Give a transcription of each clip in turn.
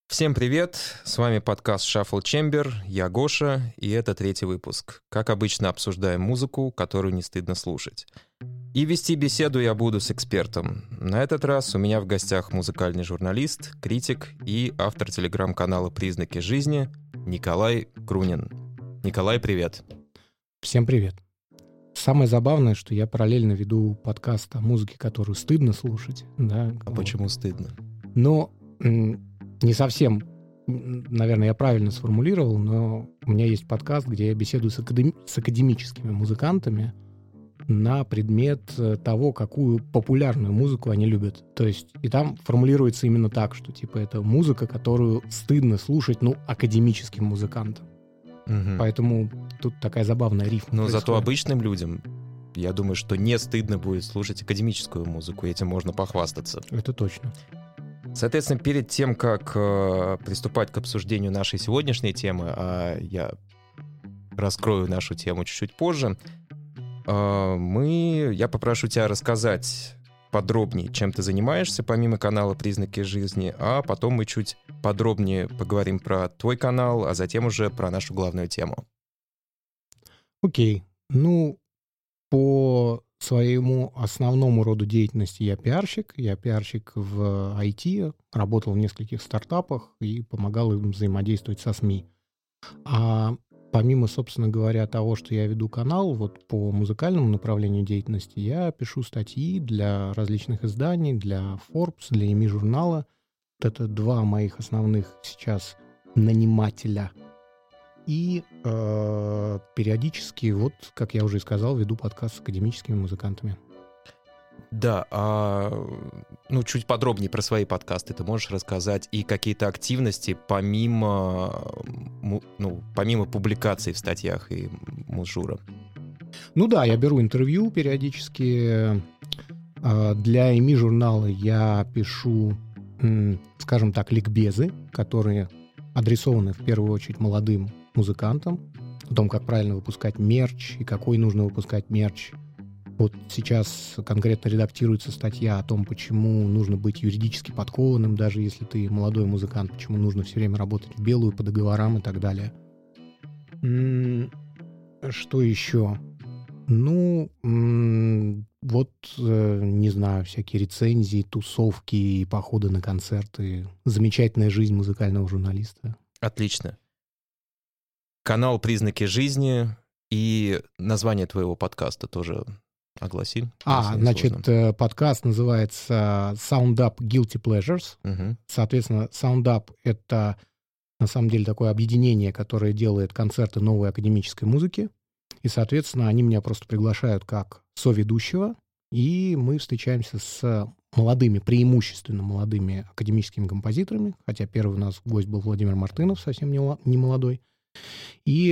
Всем привет, с вами подкаст Shuffle Chamber, я Гоша, и это 3-й выпуск. Как обычно, обсуждаем музыку, которую не стыдно слушать. И вести беседу я буду с экспертом. На этот раз у меня в гостях музыкальный журналист, критик и автор телеграм-канала «Признаки жизни» Николай Крунин. Николай, привет. Всем привет. Самое забавное, что я параллельно веду подкаст о музыке, которую стыдно слушать. Да, А почему стыдно? Но не совсем, наверное, я правильно сформулировал, но у меня есть подкаст, где я беседую с академическими музыкантами на предмет того, какую популярную музыку они любят. То есть и там формулируется именно так, что типа это музыка, которую стыдно слушать, академическим музыкантам. Угу. Поэтому тут такая забавная рифма. Но происходит. зато обычным людям, я думаю, что не стыдно будет слушать академическую музыку, этим можно похвастаться. Это точно. Соответственно, перед тем, как приступать к обсуждению нашей сегодняшней темы, а я раскрою нашу тему чуть-чуть позже, я попрошу тебя рассказать подробнее, чем ты занимаешься, помимо канала «Признаки жизни», а потом мы чуть подробнее поговорим про твой канал, а затем уже про нашу главную тему. Окей. По своему основному роду деятельности я пиарщик. Я пиарщик в IT, работал в нескольких стартапах и помогал им взаимодействовать со СМИ. А помимо, собственно говоря, того, что я веду канал, вот по музыкальному направлению деятельности, я пишу статьи для различных изданий, для Forbes, для EMI журнала. Вот это два моих основных сейчас нанимателя. И периодически, как я уже и сказал, веду подкаст с академическими музыкантами. Да, чуть подробнее про свои подкасты ты можешь рассказать и какие-то активности помимо публикаций в статьях и Музжура? Я беру интервью периодически. Для EMI журнала я пишу, скажем так, ликбезы, которые адресованы в первую очередь молодым музыкантам, о том, как правильно выпускать мерч и какой нужно выпускать мерч. Вот сейчас конкретно редактируется статья о том, почему нужно быть юридически подкованным, даже если ты молодой музыкант, почему нужно все время работать в белую по договорам и так далее. Что еще? Не знаю, всякие рецензии, тусовки и походы на концерты. Замечательная жизнь музыкального журналиста. Отлично. Канал «Признаки жизни» и название твоего подкаста тоже огласи. Подкаст называется SoundUp Guilty Pleasures. Угу. Соответственно, SoundUp — это на самом деле такое объединение, которое делает концерты новой академической музыки. И, соответственно, они меня просто приглашают как соведущего, и мы встречаемся с преимущественно молодыми академическими композиторами, хотя первый у нас гость был Владимир Мартынов, совсем не молодой. И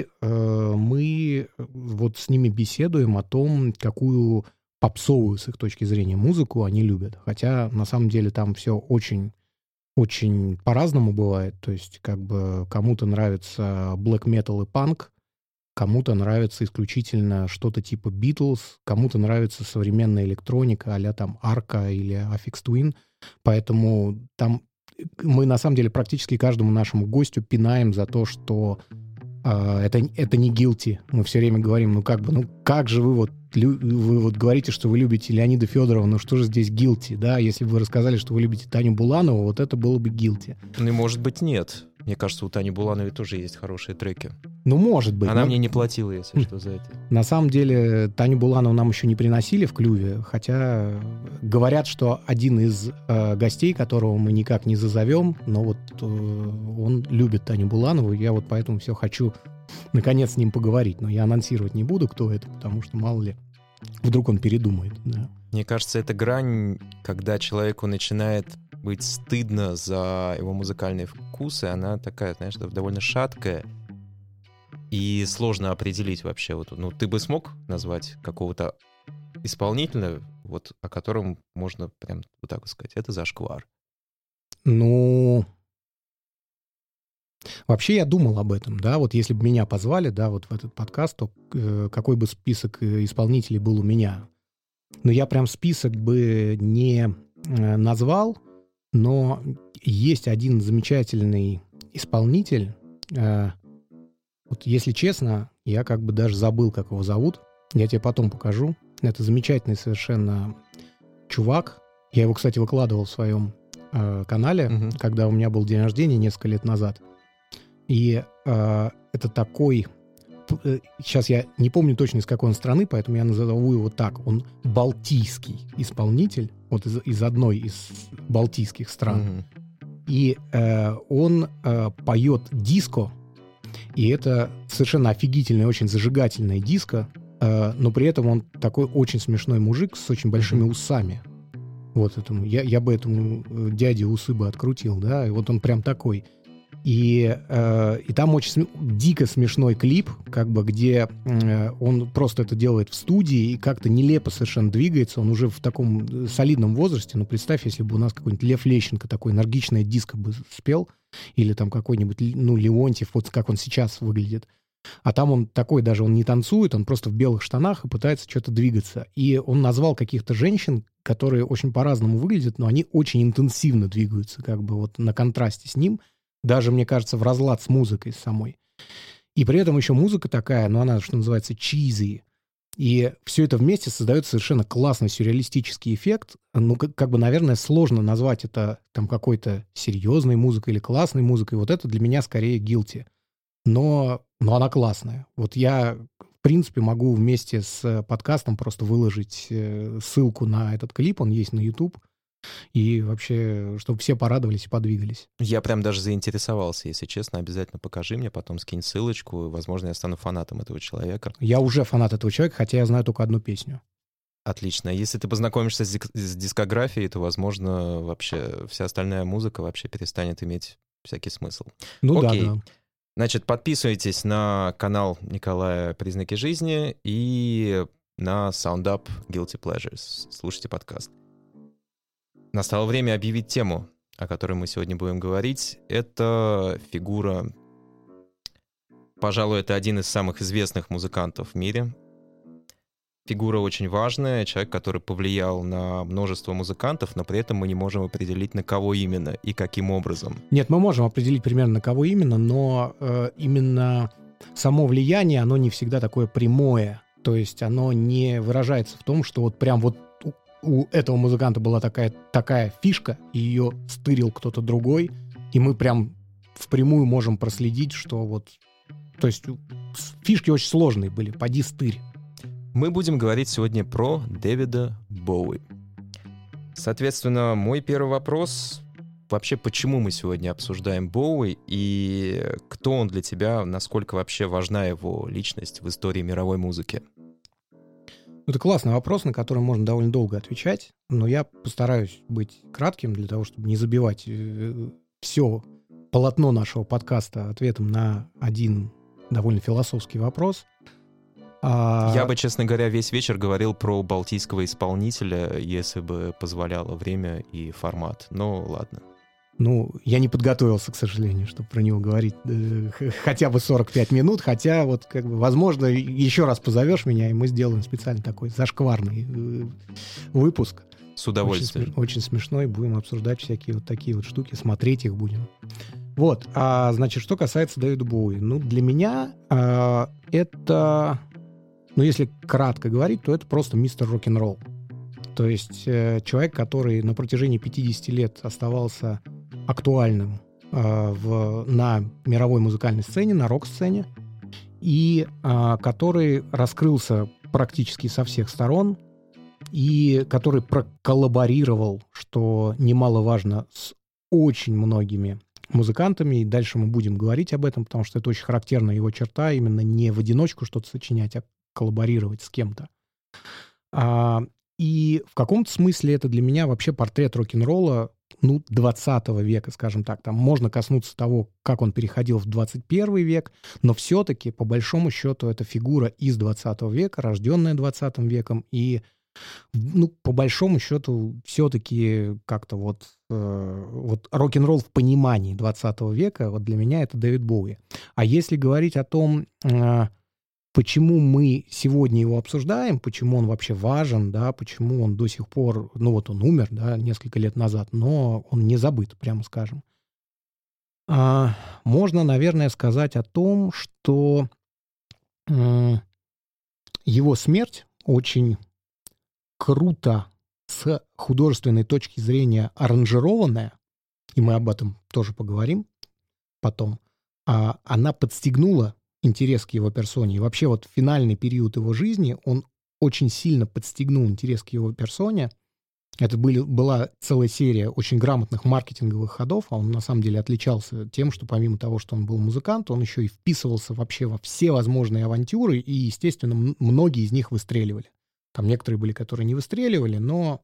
мы с ними беседуем о том, какую попсовую, с их точки зрения, музыку они любят. Хотя, на самом деле, там все очень, очень по-разному бывает. То есть, кому-то нравится black metal и панк, кому-то нравится исключительно что-то типа Beatles, кому-то нравится современная электроника а-ля там Arca или Aphex Twin. Поэтому там мы, на самом деле, практически каждому нашему гостю пинаем за то, что это не guilty. Мы все время говорим, как же вы говорите, что вы любите Леонида Федорова, что же здесь guilty, да? Если бы вы рассказали, что вы любите Таню Буланову, это было бы guilty. И может быть нет. Мне кажется, у Тани Булановой тоже есть хорошие треки. Может быть. Она мне не платила, если что, за это. На самом деле, Таню Буланову нам еще не приносили в клюве, хотя говорят, что один из гостей, которого мы никак не зазовем, но он любит Таню Буланову, я поэтому все хочу наконец с ним поговорить. Но я анонсировать не буду, кто это, потому что, мало ли, вдруг он передумает. Да. Мне кажется, это грань, когда человеку начинает быть стыдно за его музыкальные вкусы, она такая, знаешь, довольно шаткая, и сложно определить вообще. Ты бы смог назвать какого-то исполнителя, о котором можно прям вот так сказать, это зашквар? Вообще я думал об этом, да, если бы меня позвали, да, в этот подкаст, то какой бы список исполнителей был у меня. Но я прям список бы не назвал, но есть один замечательный исполнитель. Вот если честно, я как бы даже забыл, как его зовут. Я тебе потом покажу. Это замечательный совершенно чувак. Я его, кстати, выкладывал в своем канале, когда у меня был день рождения несколько лет назад. И это такой... Сейчас я не помню точно, из какой он страны, поэтому я назову его так. Он балтийский исполнитель, вот из одной из балтийских стран. И он поет диско, и это совершенно офигительное, очень зажигательное диско, но при этом он такой очень смешной мужик с очень большими усами. Вот этому, я бы этому дяде усы бы открутил, да, и вот он прям такой. И там очень дико смешной клип, как бы, где он просто это делает в студии и как-то нелепо совершенно двигается. Он уже в таком солидном возрасте. Ну, представь, если бы у нас какой-нибудь Лев Лещенко такой энергичное диско бы спел, или там какой-нибудь, ну, Леонтьев, вот как он сейчас выглядит. А там он такой, даже он не танцует, он просто в белых штанах и пытается что-то двигаться. И он назвал каких-то женщин, которые очень по-разному выглядят, но они очень интенсивно двигаются, как бы вот на контрасте с ним. Даже, мне кажется, в разлад с музыкой самой. И при этом еще музыка такая, ну, она, что называется, чизи. И все это вместе создает совершенно классный сюрреалистический эффект. Ну, как бы, наверное, сложно назвать это там какой-то серьезной музыкой или классной музыкой. Вот это для меня скорее guilty. Но она классная. Вот я, в принципе, могу вместе с подкастом просто выложить ссылку на этот клип. Он есть на YouTube. И вообще, чтобы все порадовались и подвигались. Я прям даже заинтересовался, если честно. Обязательно покажи мне, потом скинь ссылочку. Возможно, я стану фанатом этого человека. Я уже фанат этого человека, хотя я знаю только одну песню. Отлично. Если ты познакомишься с дискографией, то, возможно, вообще вся остальная музыка вообще перестанет иметь всякий смысл. Ну Окей. да. Значит, подписывайтесь на канал Николая «Признаки жизни» и на SoundUp Guilty Pleasures. Слушайте подкаст. Настало время объявить тему, о которой мы сегодня будем говорить. Это фигура, пожалуй, это один из самых известных музыкантов в мире. Фигура очень важная, человек, который повлиял на множество музыкантов, но при этом мы не можем определить, на кого именно и каким образом. Нет, мы можем определить примерно, на кого именно, но именно само влияние, оно не всегда такое прямое. То есть оно не выражается в том, что вот прям вот у этого музыканта была такая фишка, и ее стырил кто-то другой, и мы прям впрямую можем проследить, что вот... То есть фишки очень сложные были, поди стырь. Мы будем говорить сегодня про Дэвида Боуи. Соответственно, мой первый вопрос... Вообще, почему мы сегодня обсуждаем Боуи, и кто он для тебя, насколько вообще важна его личность в истории мировой музыки? Это классный вопрос, на который можно довольно долго отвечать, но я постараюсь быть кратким для того, чтобы не забивать все полотно нашего подкаста ответом на один довольно философский вопрос. Я бы, честно говоря, весь вечер говорил про балтийского исполнителя, если бы позволяло время и формат. Но ладно. Ну, я не подготовился, к сожалению, чтобы про него говорить хотя бы 45 минут, хотя вот, как бы, возможно, еще раз позовешь меня, и мы сделаем специально такой зашкварный выпуск. С удовольствием. Очень смешной, будем обсуждать всякие вот такие вот штуки, смотреть их будем. Вот, значит, что касается Дэвида Боуи. Ну, для меня это, ну, если кратко говорить, то это просто мистер рок-н-ролл. То есть человек, который на протяжении 50 лет оставался актуальным на мировой музыкальной сцене, на рок-сцене, и который раскрылся практически со всех сторон, и который проколлаборировал, что немаловажно, с очень многими музыкантами, и дальше мы будем говорить об этом, потому что это очень характерная его черта, именно не в одиночку что-то сочинять, а коллаборировать с кем-то. И в каком-то смысле это для меня вообще портрет рок-н-ролла, ну, 20 века, скажем так. Там можно коснуться того, как он переходил в 21 век, но все-таки, по большому счету, это фигура из 20 века, рожденная 20 веком, и, ну, по большому счету, все-таки как-то вот рок-н-ролл в понимании 20 века, вот для меня это Дэвид Боуи. А если говорить о том, почему мы сегодня его обсуждаем, почему он вообще важен, да, почему он до сих пор, ну вот он умер, да, несколько лет назад, но он не забыт, прямо скажем. Можно, наверное, сказать о том, что его смерть очень круто с художественной точки зрения аранжированная, и мы об этом тоже поговорим потом, она подстегнула интерес к его персоне. И вообще вот финальный период его жизни, он очень сильно подстегнул интерес к его персоне. Это была целая серия очень грамотных маркетинговых ходов, а он на самом деле отличался тем, что помимо того, что он был музыкант, он еще и вписывался вообще во все возможные авантюры, и, естественно, многие из них выстреливали. Там некоторые были, которые не выстреливали, но...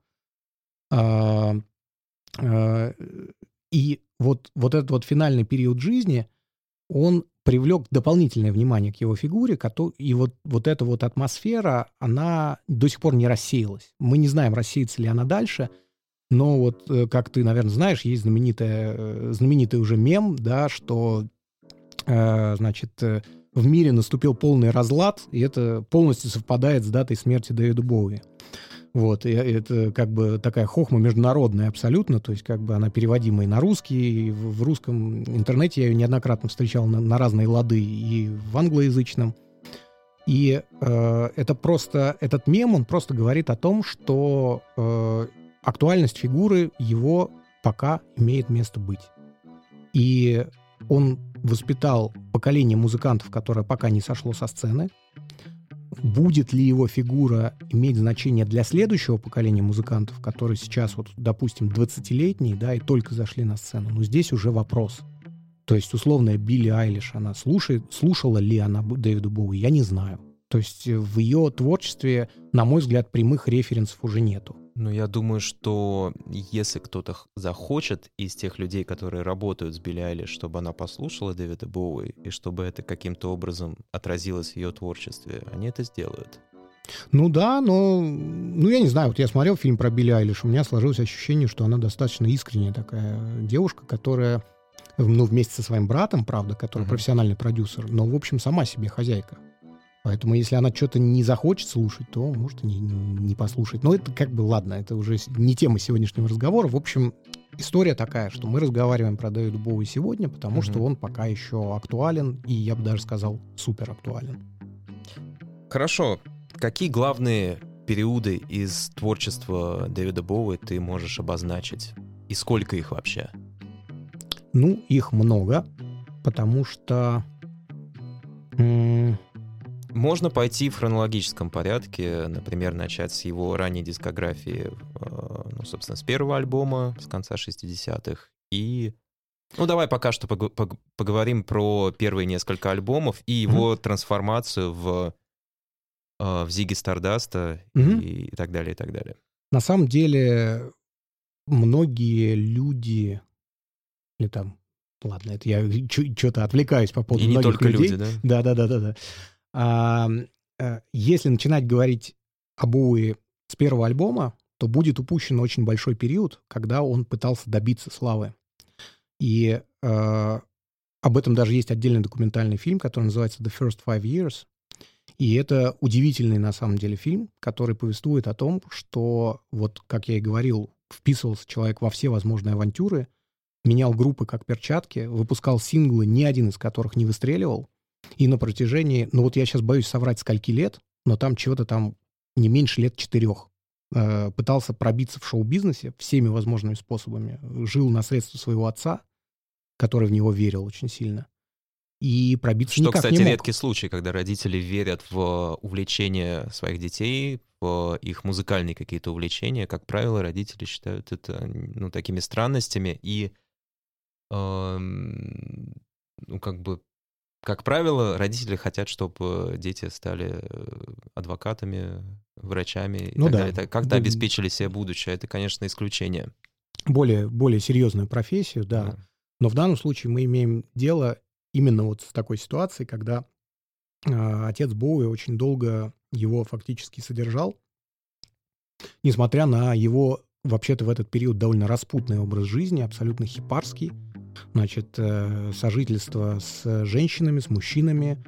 И вот этот вот финальный период жизни, он привлек дополнительное внимание к его фигуре, и вот эта вот атмосфера, она до сих пор не рассеялась. Мы не знаем, рассеется ли она дальше, но вот, как ты, наверное, знаешь, есть знаменитый уже мем, да, что, значит, в мире наступил полный разлад, и это полностью совпадает с датой смерти Дэвида Боуи. Вот, и это как бы такая хохма международная абсолютно, то есть как бы она переводима и на русский, и в русском интернете я ее неоднократно встречал на разные лады, и в англоязычном. И это просто, этот мем, он просто говорит о том, что актуальность фигуры его пока имеет место быть. И он воспитал поколение музыкантов, которое пока не сошло со сцены. Будет ли его фигура иметь значение для следующего поколения музыкантов, которые сейчас, вот, допустим, 20-летние, да, и только зашли на сцену? Но здесь уже вопрос. То есть, условная Билли Айлиш, она слушала ли она Дэвида Боуи? Я не знаю. То есть в ее творчестве, на мой взгляд, прямых референсов уже нету. Ну, я думаю, что если кто-то захочет из тех людей, которые работают с Билли Айлиш, чтобы она послушала Дэвида Боуи, и чтобы это каким-то образом отразилось в ее творчестве, они это сделают. Ну да, но... Ну, я не знаю, вот я смотрел фильм про Билли Айлиш, у меня сложилось ощущение, что она достаточно искренняя такая девушка, которая, ну, вместе со своим братом, правда, который профессиональный продюсер, но, в общем, сама себе хозяйка. Поэтому если она что-то не захочет слушать, то может и не послушать. Но это как бы, ладно, это уже не тема сегодняшнего разговора. В общем, история такая, что мы разговариваем про Дэвида Боуи сегодня, потому что он пока еще актуален, и я бы даже сказал, супер актуален. Хорошо. Какие главные периоды из творчества Дэвида Боуи ты можешь обозначить? И сколько их вообще? Ну, их много, потому что... Можно пойти в хронологическом порядке, например, начать с его ранней дискографии, ну, собственно, с первого альбома, с конца 60-х, и... Ну, давай пока что поговорим про первые несколько альбомов и его трансформацию в Зигги Стардаста и так далее, и так далее. На самом деле, многие люди, или там, ладно, это я что-то отвлекаюсь по поводу многих людей. И не только люди, да? Да. Если начинать говорить о Боуи с первого альбома, то будет упущен очень большой период, когда он пытался добиться славы. И об этом даже есть отдельный документальный фильм, который называется «The First Five Years». И это удивительный, на самом деле, фильм, который повествует о том, что, вот, как я и говорил, вписывался человек во все возможные авантюры, менял группы как перчатки, выпускал синглы, ни один из которых не выстреливал. И на протяжении, ну вот я сейчас боюсь соврать, скольки лет, но там чего-то там не меньше лет 4. Пытался пробиться в шоу-бизнесе всеми возможными способами. Жил на средства своего отца, который в него верил очень сильно. И пробиться никак не мог. Что, кстати, редкий случай, когда родители верят в увлечение своих детей, в их музыкальные какие-то увлечения. Как правило, родители считают это, ну, такими странностями. И, ну, как бы, как правило, родители хотят, чтобы дети стали адвокатами, врачами и так далее. Как-то обеспечили себе будущее. Это, конечно, исключение. Более серьезную профессию, да. Но в данном случае мы имеем дело именно вот с такой ситуацией, когда отец Боуи очень долго его фактически содержал, несмотря на его, вообще-то, в этот период довольно распутный образ жизни, абсолютно хипарский. Значит, сожительство с женщинами, с мужчинами,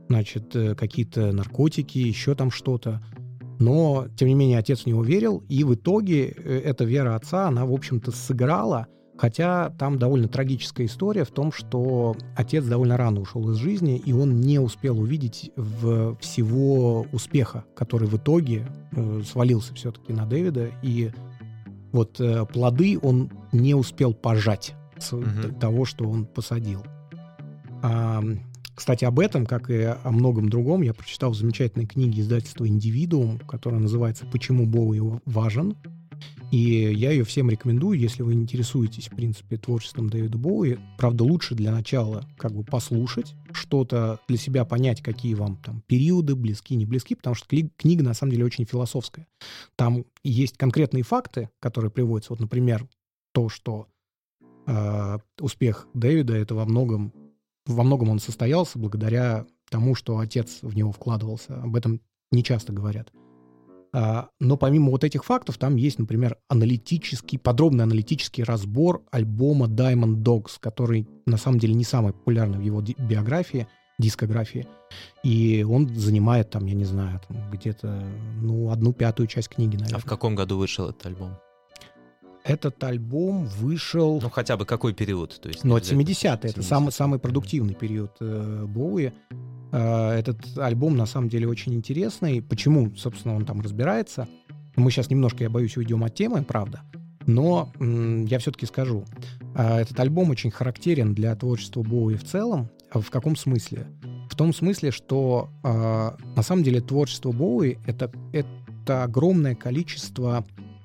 значит, какие-то наркотики, еще там что-то. Но, тем не менее, отец в него верил, и в итоге эта вера отца, она, в общем-то, сыграла, хотя там довольно трагическая история в том, что отец довольно рано ушел из жизни, и он не успел увидеть всего успеха, который в итоге свалился все-таки на Дэвида, и вот плоды он не успел пожать того, что он посадил. Кстати, об этом, как и о многом другом, я прочитал в замечательной книге издательства «Индивидуум», которая называется «Почему Боуи важен?». И я ее всем рекомендую, если вы интересуетесь, в принципе, творчеством Дэвида Боуи. Правда, лучше для начала как бы послушать что-то, для себя понять, какие вам там периоды близки, не близки, потому что книга на самом деле очень философская. Там есть конкретные факты, которые приводятся. Вот, например, то, что успех Дэвида — это во многом он состоялся благодаря тому, что отец в него вкладывался. Об этом не часто говорят. Но помимо вот этих фактов, там есть, например, подробный аналитический разбор альбома Diamond Dogs, который на самом деле не самый популярный в его дискографии. И он занимает там, я не знаю, где-то 1/5 часть книги, наверное. А в каком году вышел этот альбом? Этот альбом вышел... Ну, хотя бы какой период? То есть, но 70-е. Это самый продуктивный период Боуи. Этот альбом, на самом деле, очень интересный. Почему, собственно, он там разбирается? Мы сейчас немножко, я боюсь, уйдем от темы, правда. Но я все-таки скажу. Этот альбом очень характерен для творчества Боуи в целом. В каком смысле? В том смысле, что на самом деле творчество Боуи — это огромное количество...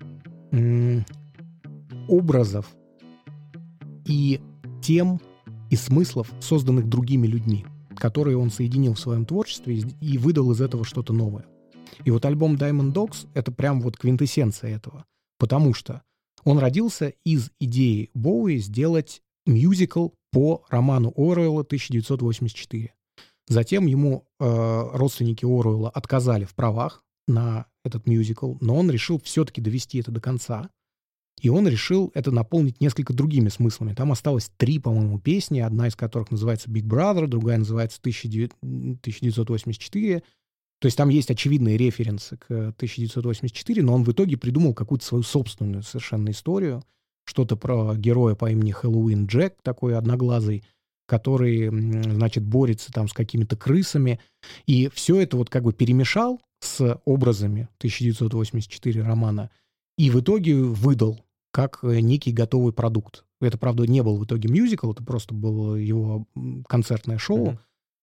образов и тем и смыслов, созданных другими людьми, которые он соединил в своем творчестве и выдал из этого что-то новое. И вот альбом Diamond Dogs — это прям вот квинтэссенция этого, потому что он родился из идеи Боуи сделать мюзикл по роману Оруэлла «1984». Затем ему родственники Оруэлла отказали в правах на этот мюзикл, но он решил все-таки довести это до конца. И он решил это наполнить несколько другими смыслами. Там осталось 3, по-моему, песни, одна из которых называется «Big Brother», другая называется «1984». То есть там есть очевидные референсы к 1984, но он в итоге придумал какую-то свою собственную совершенно историю. Что-то про героя по имени Хэллоуин Джек, такой одноглазый, который, значит, борется там с какими-то крысами. И все это вот как бы перемешал с образами 1984 романа и в итоге выдал как некий готовый продукт. Это, правда, не был в итоге мюзикл, это просто было его концертное шоу.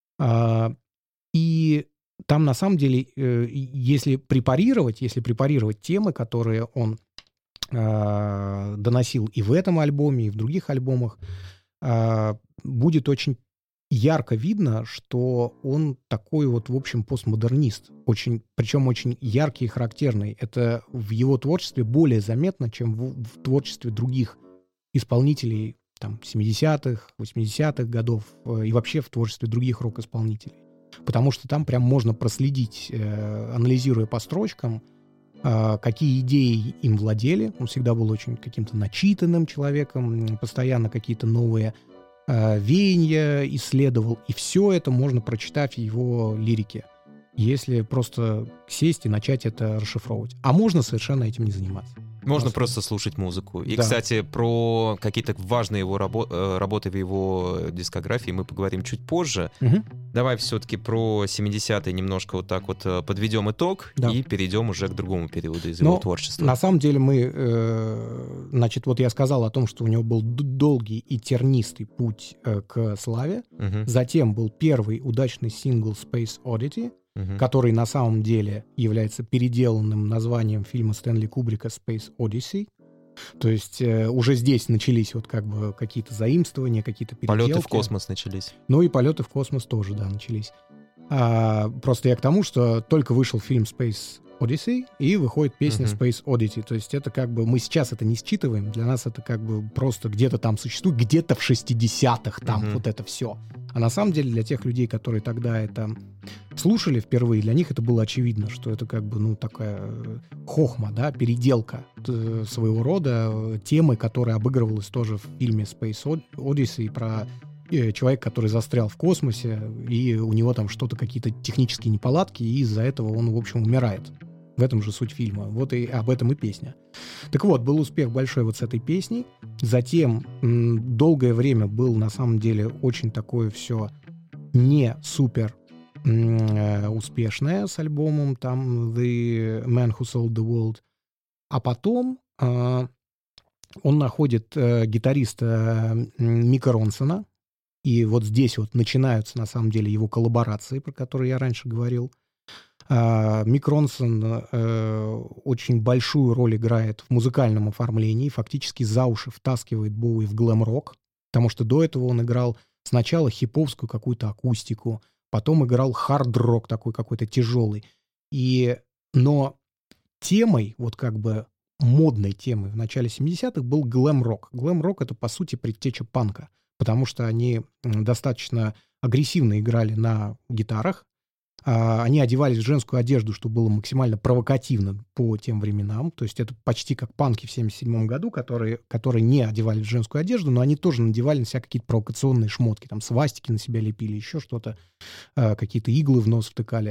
И там, на самом деле, если препарировать темы, которые он доносил и в этом альбоме, и в других альбомах, будет очень ярко видно, что он такой вот, в общем, постмодернист. Причем очень яркий и характерный. Это в его творчестве более заметно, чем в творчестве других исполнителей там, 70-х, 80-х годов и вообще в творчестве других рок-исполнителей. Потому что там прям можно проследить, анализируя по строчкам, какие идеи им владели. Он всегда был очень каким-то начитанным человеком, постоянно какие-то новые веяния исследовал, и все это можно прочитать в его лирике, если просто сесть и начать это расшифровывать. А можно совершенно этим не заниматься. Можно просто слушать музыку. И, да. Кстати, про какие-то важные его работы в его дискографии мы поговорим чуть позже. Угу. Давай все-таки про 70-е немножко вот так вот подведем итог, да, и перейдем уже к другому периоду из его творчества. На самом деле значит, вот я сказал о том, что у него был долгий и тернистый путь к славе. Угу. Затем был первый удачный сингл Space Oddity, который на самом деле является переделанным названием фильма Стэнли Кубрика «Space Odyssey». То есть уже здесь начались вот как бы какие-то заимствования, какие-то переделки. Полеты в космос начались. Ну и полеты в космос тоже, да, начались. Просто я к тому, что только вышел фильм Space Odyssey, и выходит песня Space Oddity. То есть это как бы... Мы сейчас это не считываем, для нас это как бы просто где-то там существует, где-то в 60-х там вот это все. А на самом деле для тех людей, которые тогда это слушали впервые, для них это было очевидно, что это как бы, такая хохма, да, переделка своего рода темы, которая обыгрывалась тоже в фильме Space Odyssey про человек, который застрял в космосе, и у него там что-то, какие-то технические неполадки, и из-за этого он, в общем, умирает. В этом же суть фильма. Вот и об этом и песня. Так вот, был успех большой вот с этой песней. Затем долгое время был, на самом деле, очень такое все не супер успешное с альбомом там The Man Who Sold the World. А потом он находит гитариста Мика Ронсона, и вот здесь вот начинаются, на самом деле, его коллаборации, про которые я раньше говорил. Мик Ронсон очень большую роль играет в музыкальном оформлении, фактически за уши втаскивает Боуи в глэм-рок, потому что до этого он играл сначала хиповскую какую-то акустику, потом играл хард-рок такой какой-то тяжелый. Но темой, вот как бы модной темой в начале 70-х был глэм-рок. Глэм-рок — это, по сути, предтеча панка, потому что они достаточно агрессивно играли на гитарах, они одевались в женскую одежду, что было максимально провокативно по тем временам. То есть это почти как панки в 1977 году, которые не одевались в женскую одежду, но они тоже надевали на себя какие-то провокационные шмотки. Там свастики на себя лепили, еще что-то, какие-то иглы в нос втыкали.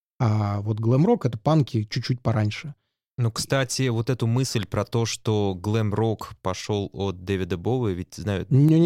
А вот глэм-рок — это панки чуть-чуть пораньше. Ну, кстати, вот эту мысль про то, что глэм-рок пошел от Дэвида Боуи, ведь знают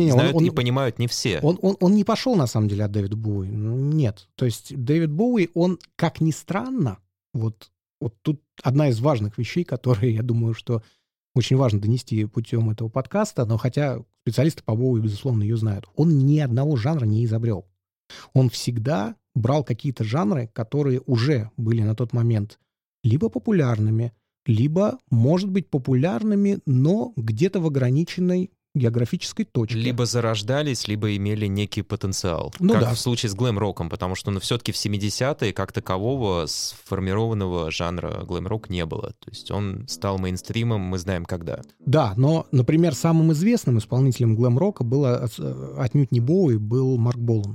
и понимают не все. Он не пошел, на самом деле, от Дэвида Боуи. Нет. То есть Дэвид Боуи, он, как ни странно, вот тут одна из важных вещей, которые, я думаю, что очень важно донести путем этого подкаста, но хотя специалисты по Боуи, безусловно, ее знают, он ни одного жанра не изобрел. Он всегда брал какие-то жанры, которые уже были на тот момент либо популярными, либо, может быть, популярными, но где-то в ограниченной географической точке. Либо зарождались, либо имели некий потенциал. Ну, как в случае с глэм-роком, потому что все-таки в 70-е как такового сформированного жанра глэм-рок не было. То есть он стал мейнстримом, мы знаем когда. Да, но, например, самым известным исполнителем глэм-рока был отнюдь не Боуи, был Марк Болан.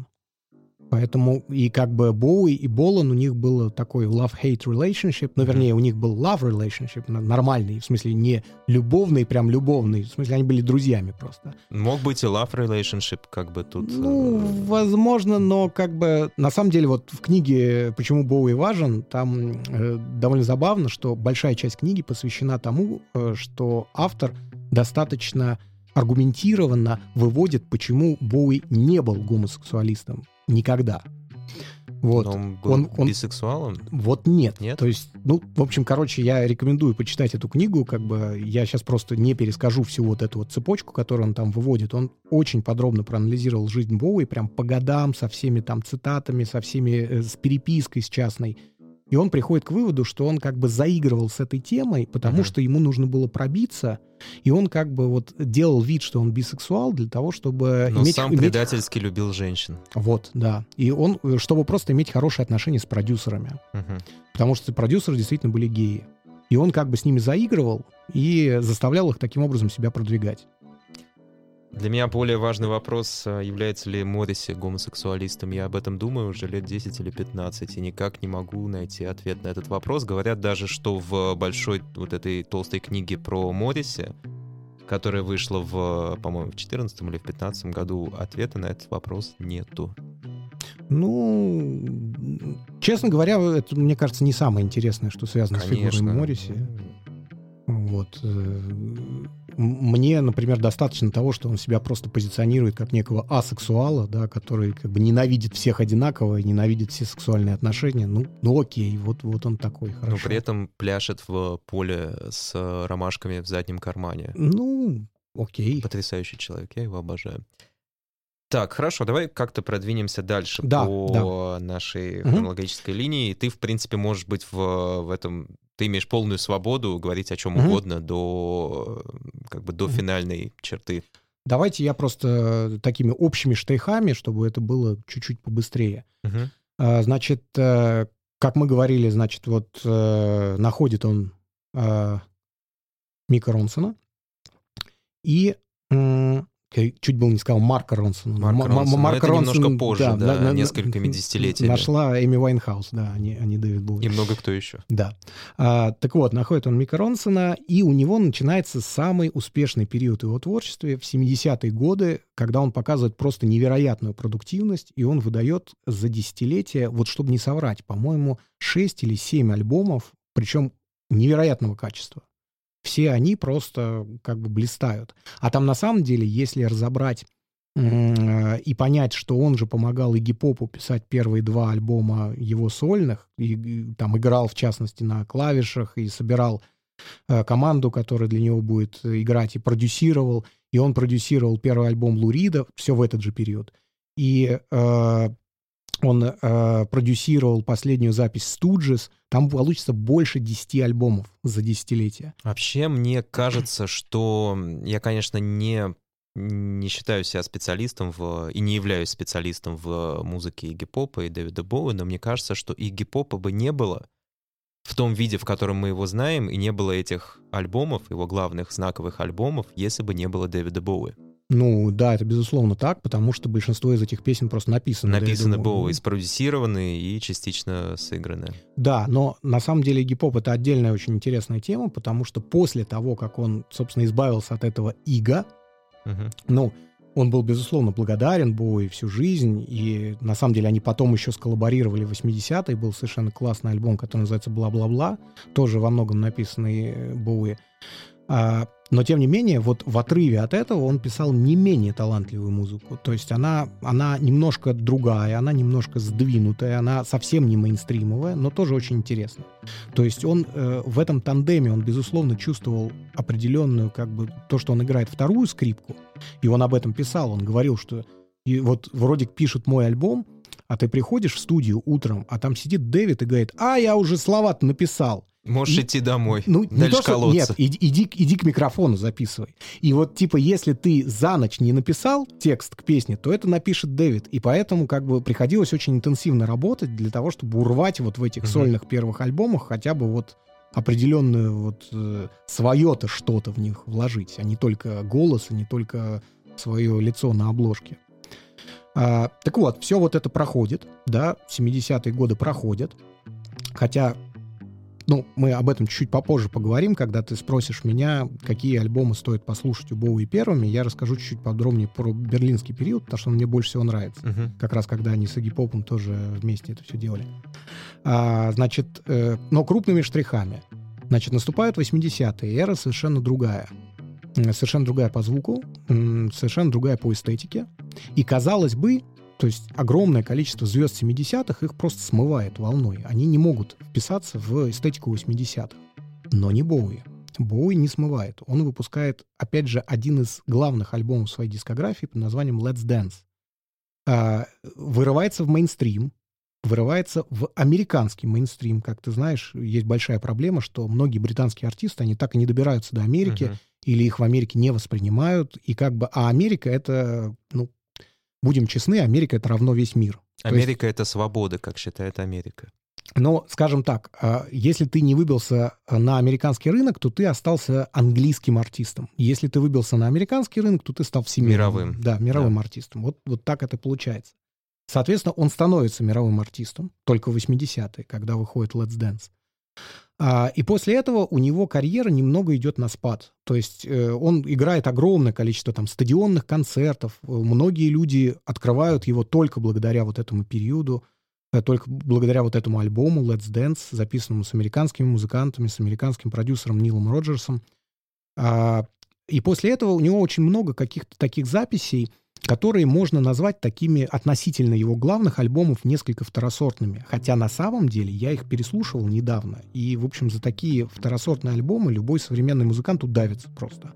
Поэтому и как бы Боуи и Болан, у них был такой love-hate relationship, ну, вернее, у них был love relationship, нормальный, в смысле не любовный, прям любовный, в смысле они были друзьями просто. Мог быть и love relationship, как бы тут... Ну, возможно, но как бы на самом деле вот в книге «Почему Боуи важен» там довольно забавно, что большая часть книги посвящена тому, что автор достаточно аргументированно выводит, почему Боуи не был гомосексуалистом. Никогда. Вот. Но он был бисексуалом? Вот нет. То есть, ну, в общем, короче, я рекомендую почитать эту книгу, как бы я сейчас просто не перескажу всю вот эту вот цепочку, которую он там выводит. Он очень подробно проанализировал жизнь Боуи, прям по годам, со всеми там цитатами, со всеми, с перепиской с частной. И он приходит к выводу, что он как бы заигрывал с этой темой, потому что ему нужно было пробиться, и он как бы вот делал вид, что он бисексуал для того, чтобы Но сам предательски любил женщин. Вот, да. И он, чтобы просто иметь хорошие отношения с продюсерами. Потому что продюсеры действительно были геи. И он как бы с ними заигрывал и заставлял их таким образом себя продвигать. Для меня более важный вопрос, является ли Морриси гомосексуалистом. Я об этом думаю уже лет 10 или 15, и никак не могу найти ответ на этот вопрос. Говорят даже, что в большой вот этой толстой книге про Морриси, которая вышла по-моему, в 2014 или в 2015 году, ответа на этот вопрос нету. Ну, честно говоря, это, мне кажется, не самое интересное, что связано с фигурой Морриси. Вот. Мне, например, достаточно того, что он себя просто позиционирует как некого асексуала, да, который как бы ненавидит всех одинаково, ненавидит все сексуальные отношения. Ну окей, вот он такой, хорошо. Но при этом пляшет в поле с ромашками в заднем кармане. Ну, окей. Потрясающий человек, я его обожаю. Так, хорошо, давай как-то продвинемся дальше по нашей хронологической линии. Ты, в принципе, можешь быть в этом... Ты имеешь полную свободу говорить о чем угодно до финальной черты. Давайте я просто такими общими штрихами, чтобы это было чуть-чуть побыстрее. Значит, как мы говорили, значит, вот находит он Мика Ронсона. И, Я чуть было не сказал Марка Ронсона. Марк Ронсон, это немножко позже, да, несколькими десятилетиями. Нашла Эми Уайнхаус, да, а не Дэвид Боуи. И много кто еще. Да. Так вот, находит он Мика Ронсона, и у него начинается самый успешный период в его творчестве в 70-е годы, когда он показывает просто невероятную продуктивность, и он выдает за десятилетие, вот чтобы не соврать, по-моему, 6 или 7 альбомов, причем невероятного качества. Все они просто как бы блистают. А там на самом деле, если разобрать и понять, что он же помогал Игги Попу писать первые 2 альбома его сольных, и там играл, в частности, на клавишах, и собирал команду, которая для него будет играть, и продюсировал. И он продюсировал первый альбом Лу Рида, все в этот же период. И он продюсировал последнюю запись Stooges. Там получится больше 10 альбомов за десятилетие. Вообще, мне кажется, что я, конечно, не считаю себя специалистом и не являюсь специалистом в музыке Игги Попа и Дэвида Боуи, но мне кажется, что Игги Попа бы не было в том виде, в котором мы его знаем, и не было этих альбомов, его главных знаковых альбомов, если бы не было Дэвида Боуи. Ну, да, это безусловно так, потому что большинство из этих песен просто написаны. Написаны Боуи, спродюсированы и частично сыграны. Да, но на самом деле Игги Поп — это отдельная очень интересная тема, потому что после того, как он, собственно, избавился от этого ига, ну, он был, безусловно, благодарен Боуи всю жизнь, и на самом деле они потом еще сколлаборировали в 80-е, был совершенно классный альбом, который называется «Бла-бла-бла», тоже во многом написанный Боуи. Но, тем не менее, вот в отрыве от этого он писал не менее талантливую музыку. То есть она немножко другая, она немножко сдвинутая, она совсем не мейнстримовая, но тоже очень интересная. То есть он в этом тандеме, он, безусловно, чувствовал определенную, как бы, то, что он играет вторую скрипку, и он об этом писал. Он говорил, что и вот вроде пишут мой альбом, а ты приходишь в студию утром, а там сидит Дэвид и говорит: я уже слова-то написал. Можешь идти домой, дальше колоться. Нет, иди к микрофону, записывай. И вот, типа, если ты за ночь не написал текст к песне, то это напишет Дэвид. И поэтому, как бы, приходилось очень интенсивно работать для того, чтобы урвать вот в этих сольных первых альбомах хотя бы вот определенную вот свое-то что-то в них вложить, а не только голос, а не только свое лицо на обложке. Так вот, все вот это проходит, да, 70-е годы проходят, хотя... Ну, мы об этом чуть попозже поговорим, когда ты спросишь меня, какие альбомы стоит послушать у Боуи первыми. Я расскажу чуть-чуть подробнее про берлинский период, потому что он мне больше всего нравится. Как раз когда они с Игги Попом тоже вместе это все делали. Но крупными штрихами. Значит, наступают 80-е, эра совершенно другая. Совершенно другая по звуку, совершенно другая по эстетике. И, казалось бы, то есть огромное количество звезд 70-х их просто смывает волной. Они не могут вписаться в эстетику 80-х. Но не Боуи. Боуи не смывает. Он выпускает, опять же, один из главных альбомов своей дискографии под названием «Let's Dance». Вырывается в мейнстрим, вырывается в американский мейнстрим. Как ты знаешь, есть большая проблема, что многие британские артисты, они так и не добираются до Америки, или их в Америке не воспринимают. И как бы, а Америка — это, ну, будем честны, Америка — это равно весь мир. Америка — это свобода, как считает Америка. Но, скажем так, если ты не выбился на американский рынок, то ты остался английским артистом. Если ты выбился на американский рынок, то ты стал всемирным. Мировым артистом. Вот так это получается. Соответственно, он становится мировым артистом только в 80-е, когда выходит «Let's Dance». И после этого у него карьера немного идет на спад. То есть он играет огромное количество там стадионных концертов. Многие люди открывают его только благодаря вот этому периоду, только благодаря вот этому альбому «Let's Dance», записанному с американскими музыкантами, с американским продюсером Нилом Роджерсом. И после этого у него очень много каких-то таких записей, которые можно назвать такими относительно его главных альбомов несколько второсортными. Хотя на самом деле я их переслушивал недавно. И, в общем, за такие второсортные альбомы любой современный музыкант удавится просто.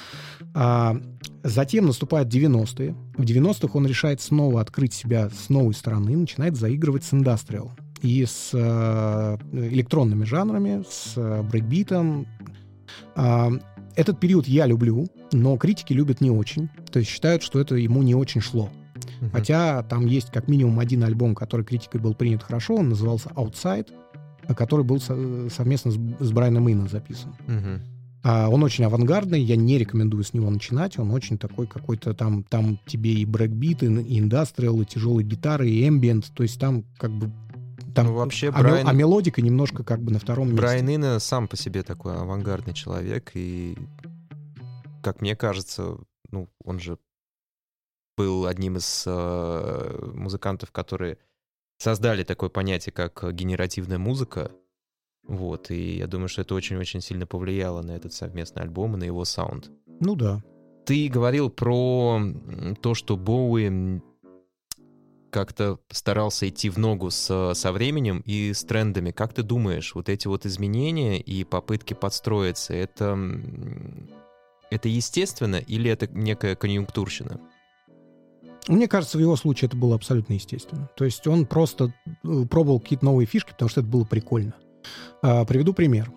Затем наступают 90-е. В 90-х он решает снова открыть себя с новой стороны, начинает заигрывать с индастриал. И с электронными жанрами, с брейкбитом. Этот период я люблю, но критики любят не очень. То есть считают, что это ему не очень шло. Хотя там есть как минимум один альбом, который критикой был принят хорошо. Он назывался «Outside», который был совместно с Брайаном Ином записан. Он очень авангардный, я не рекомендую с него начинать. Он очень такой какой-то там тебе и брейкбит, и индастриал, и тяжелые гитары, и эмбиент. То есть там как бы... Там, вообще а мелодика немножко как бы на втором месте. Брайан Ино сам по себе такой авангардный человек, и, как мне кажется, он же был одним из музыкантов, которые создали такое понятие, как генеративная музыка. Вот, и я думаю, что это очень-очень сильно повлияло на этот совместный альбом и на его саунд. Ну да. Ты говорил про то, что Боуи как-то старался идти в ногу со временем и с трендами. Как ты думаешь, вот эти вот изменения и попытки подстроиться, это естественно или это некая конъюнктурщина? Мне кажется, в его случае это было абсолютно естественно. То есть он просто пробовал какие-то новые фишки, потому что это было прикольно. Приведу пример.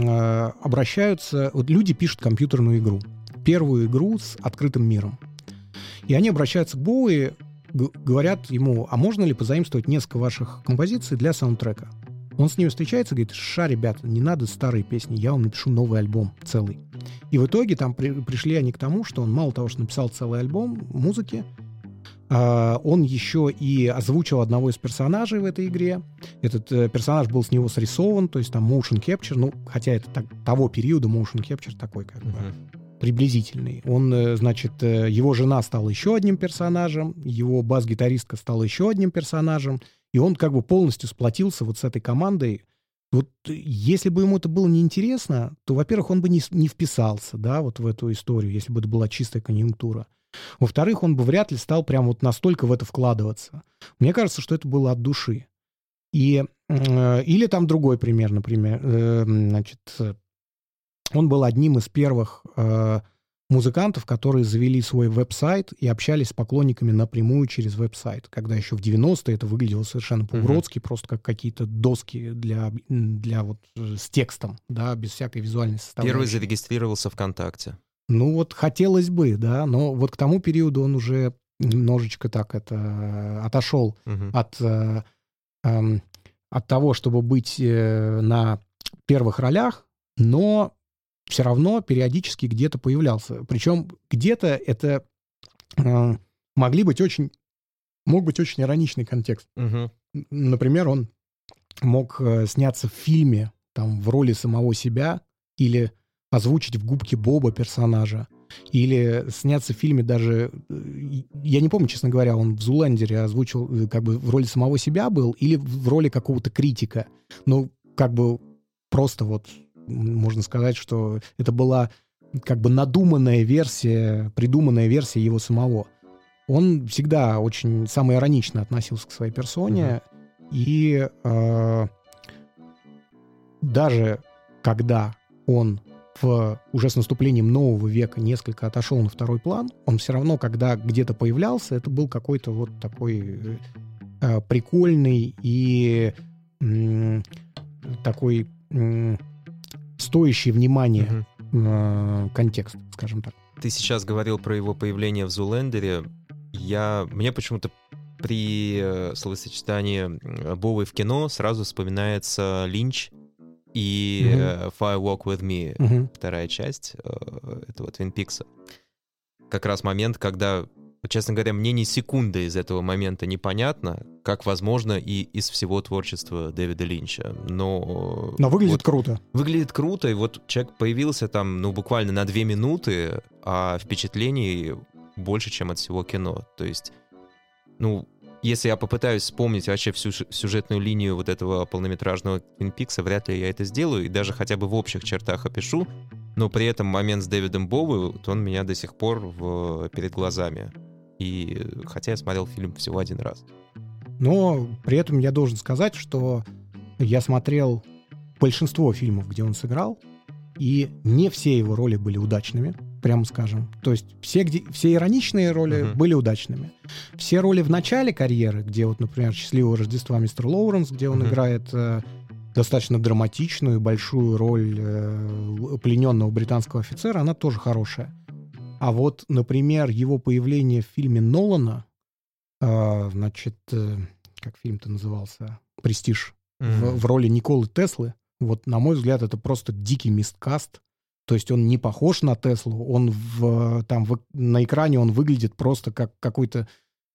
Люди пишут компьютерную игру. Первую игру с открытым миром. И они обращаются к Боуи, говорят ему, а можно ли позаимствовать несколько ваших композиций для саундтрека? Он с ними встречается и говорит, ребята, не надо старые песни, я вам напишу новый альбом целый. И в итоге там пришли они к тому, что он мало того, что написал целый альбом музыки, он еще и озвучил одного из персонажей в этой игре. Этот персонаж был с него срисован, то есть там motion capture, хотя это того периода motion capture такой как бы приблизительный. Он, значит, его жена стала еще одним персонажем, его бас-гитаристка стала еще одним персонажем, и он как бы полностью сплотился вот с этой командой. Вот если бы ему это было неинтересно, то, во-первых, он бы не вписался, да, вот в эту историю, если бы это была чистая конъюнктура. Во-вторых, он бы вряд ли стал прям вот настолько в это вкладываться. Мне кажется, что это было от души. Или там другой пример, например. Значит, он был одним из первых музыкантов, которые завели свой веб-сайт и общались с поклонниками напрямую через веб-сайт. Когда еще в 90-е это выглядело совершенно по-уродски, просто как какие-то доски для вот с текстом, да, без всякой визуальной составляющей. Первый зарегистрировался ВКонтакте. Ну вот хотелось бы, да, но вот к тому периоду он уже немножечко так отошел от того, чтобы быть на первых ролях, но все равно периодически где-то появлялся. Причем где-то это мог быть очень ироничный контекст. Например, он мог сняться в фильме там, в роли самого себя или озвучить в «Губке Боба» персонажа, или сняться в фильме даже... Я не помню, честно говоря, он в «Зуландере» озвучил, как бы в роли самого себя был, или в роли какого-то критика. Ну, как бы просто вот можно сказать, что это была как бы надуманная версия, придуманная версия его самого. Он всегда очень самоиронично относился к своей персоне, и даже когда он уже с наступлением нового века несколько отошел на второй план, он все равно, когда где-то появлялся, это был какой-то вот такой прикольный и такой стоящий внимания контекст, скажем так. Ты сейчас говорил про его появление в «Зуландере». Мне почему-то при словосочетании Боуи в кино сразу вспоминается Линч и Fire Walk With Me, вторая часть этого Твин Пикса. Как раз момент, когда, честно говоря, мне ни секунды из этого момента непонятно, как возможно и из всего творчества Дэвида Линча. Но выглядит круто. Выглядит круто, и вот человек появился там, буквально на 2 минуты, а впечатлений больше, чем от всего кино. То есть, если я попытаюсь вспомнить вообще всю сюжетную линию вот этого полнометражного Твин Пикса, вряд ли я это сделаю, и даже хотя бы в общих чертах опишу, но при этом момент с Дэвидом Боуи, он у меня до сих пор перед глазами. И хотя я смотрел фильм всего 1 раз. Но при этом я должен сказать, что я смотрел большинство фильмов, где он сыграл, и не все его роли были удачными, прямо скажем. То есть все ироничные роли были удачными. Все роли в начале карьеры, где вот, например, «Счастливого Рождества, мистер Лоуренс», где он играет достаточно драматичную, большую роль плененного британского офицера, она тоже хорошая. А вот, например, его появление в фильме Нолана, как фильм-то назывался? «Престиж», в роли Николы Теслы, вот, на мой взгляд, это просто дикий мисткаст. То есть он не похож на Теслу, он на экране он выглядит просто как какой-то,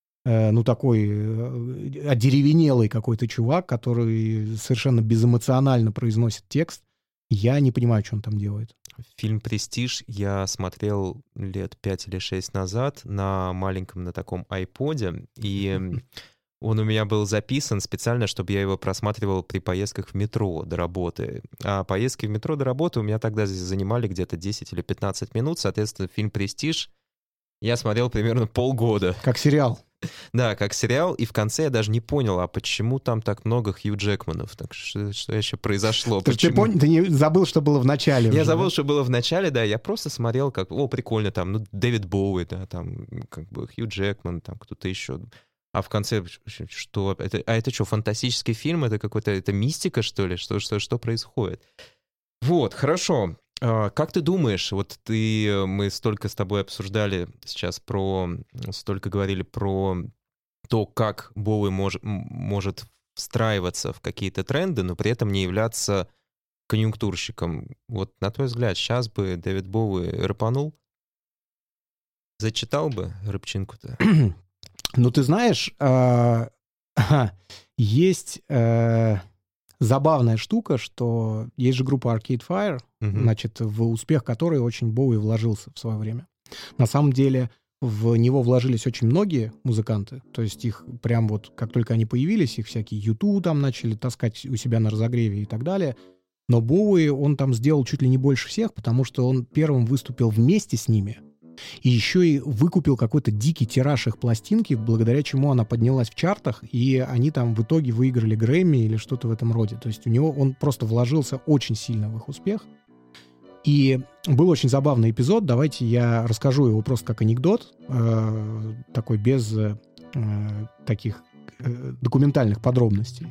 такой одеревенелый какой-то чувак, который совершенно безэмоционально произносит текст. Я не понимаю, что он там делает. Фильм «Престиж» я смотрел лет 5 или 6 назад на маленьком, на таком айподе, и он у меня был записан специально, чтобы я его просматривал при поездках в метро до работы. А поездки в метро до работы у меня тогда занимали где-то 10 или 15 минут. Соответственно, фильм «Престиж» я смотрел примерно полгода. Как сериал. Да, как сериал. И в конце я даже не понял, а почему там так много Хью Джекманов? Так что еще произошло? Ты не забыл, что было в начале? Я забыл, что было в начале, да. Я просто смотрел, как, прикольно, там, Дэвид Боуи, да, там, как бы Хью Джекман, там, кто-то еще. А в конце, что? Это что, фантастический фильм? Это какой-то, это мистика, что ли? Что происходит? Вот, хорошо. Как ты думаешь, мы столько с тобой обсуждали сейчас столько говорили про то, как Боуи может встраиваться в какие-то тренды, но при этом не являться конъюнктурщиком. Вот, на твой взгляд, сейчас бы Дэвид Боуи рэпанул? Зачитал бы рыбчинку-то? Ну, ты знаешь, есть забавная штука, что есть же группа Arcade Fire, значит, в успех которой очень Боуи вложился в свое время. На самом деле в него вложились очень многие музыканты, то есть их прям вот, как только они появились, их всякие U2 там начали таскать у себя на разогреве и так далее. Но Боуи, он там сделал чуть ли не больше всех, потому что он первым выступил вместе с ними, и еще и выкупил какой-то дикий тираж их пластинки, благодаря чему она поднялась в чартах, и они там в итоге выиграли Грэмми или что-то в этом роде. То есть он просто вложился очень сильно в их успех. И был очень забавный эпизод, давайте я расскажу его просто как анекдот, такой без таких документальных подробностей.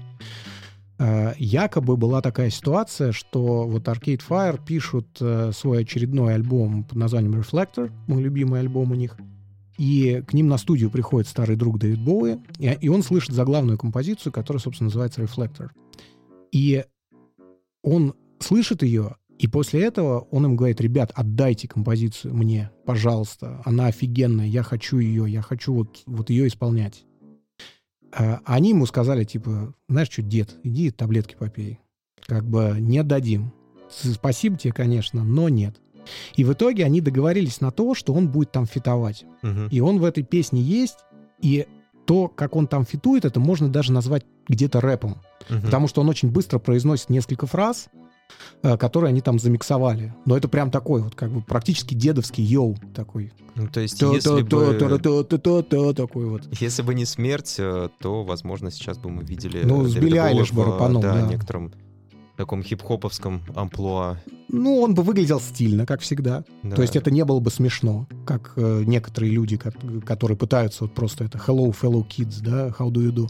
Якобы была такая ситуация, что вот Arcade Fire пишут свой очередной альбом под названием Reflector, мой любимый альбом у них, и к ним на студию приходит старый друг Дэвид Боуи, и он слышит заглавную композицию, которая, собственно, называется Reflector. И он слышит ее, и после этого он им говорит: ребят, отдайте композицию мне, пожалуйста, она офигенная, я хочу ее, я хочу вот ее исполнять. А они ему сказали, типа, знаешь что, дед, иди таблетки попей. Как бы не отдадим. Спасибо тебе, конечно, но нет. И в итоге они договорились на то, что он будет там фитовать. И он в этой песне есть, и то, как он там фитует, это можно даже назвать где-то рэпом. Потому что он очень быстро произносит несколько фраз, которые они там замиксовали. Но это прям такой вот, как бы, практически дедовский йоу такой. Ну, то есть, если бы... такой вот. Если бы не смерть, то, возможно, сейчас бы мы видели... Ну, с Билли Айлиш бы рэпанул, да. Некотором таком хип-хоповском амплуа. Ну, он бы выглядел стильно, как всегда. Да. То есть это не было бы смешно, как некоторые люди, которые пытаются вот просто это «Hello, fellow kids», да, «How do you do?»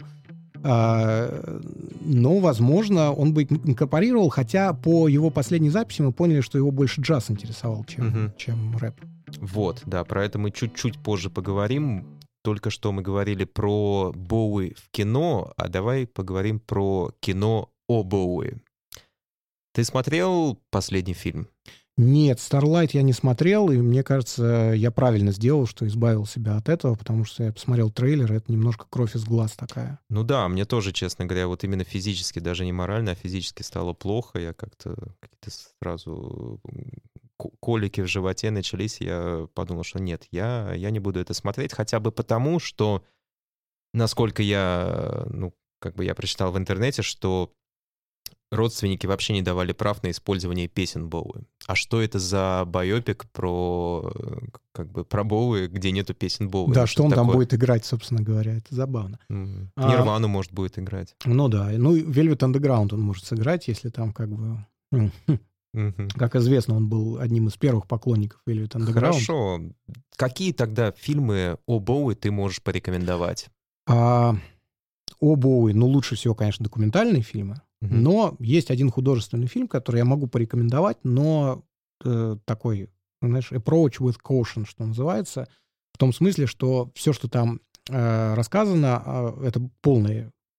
Но, возможно, он бы инкорпорировал, хотя по его последней записи мы поняли, что его больше джаз интересовал, чем рэп. Вот, да, про это мы чуть-чуть позже поговорим. Только что мы говорили про Боуи в кино, а давай поговорим про кино о Боуи. Ты смотрел последний фильм? Нет, Starlight я не смотрел, и мне кажется, я правильно сделал, что избавил себя от этого, потому что я посмотрел трейлер, это немножко кровь из глаз такая. Ну да, мне тоже, честно говоря, вот именно физически, даже не морально, а физически стало плохо. Я как-то сразу... Колики в животе начались, я подумал, что нет, я не буду это смотреть, хотя бы потому, что, насколько я прочитал в интернете, что родственники вообще не давали прав на использование песен Боуи. А что это за байопик про Боуи, где нету песен Боуи? Да, что он там будет играть, собственно говоря, это забавно. Нирвану, может, будет играть. Ну да, Velvet Underground он может сыграть, если там как бы... Как известно, он был одним из первых поклонников Velvet Underground. Хорошо. Какие тогда фильмы о Боуи ты можешь порекомендовать? О Боуи, лучше всего, конечно, документальные фильмы. Но есть один художественный фильм, который я могу порекомендовать, но такой, знаешь, approach with caution, что называется, в том смысле, что все, что там рассказано, это полная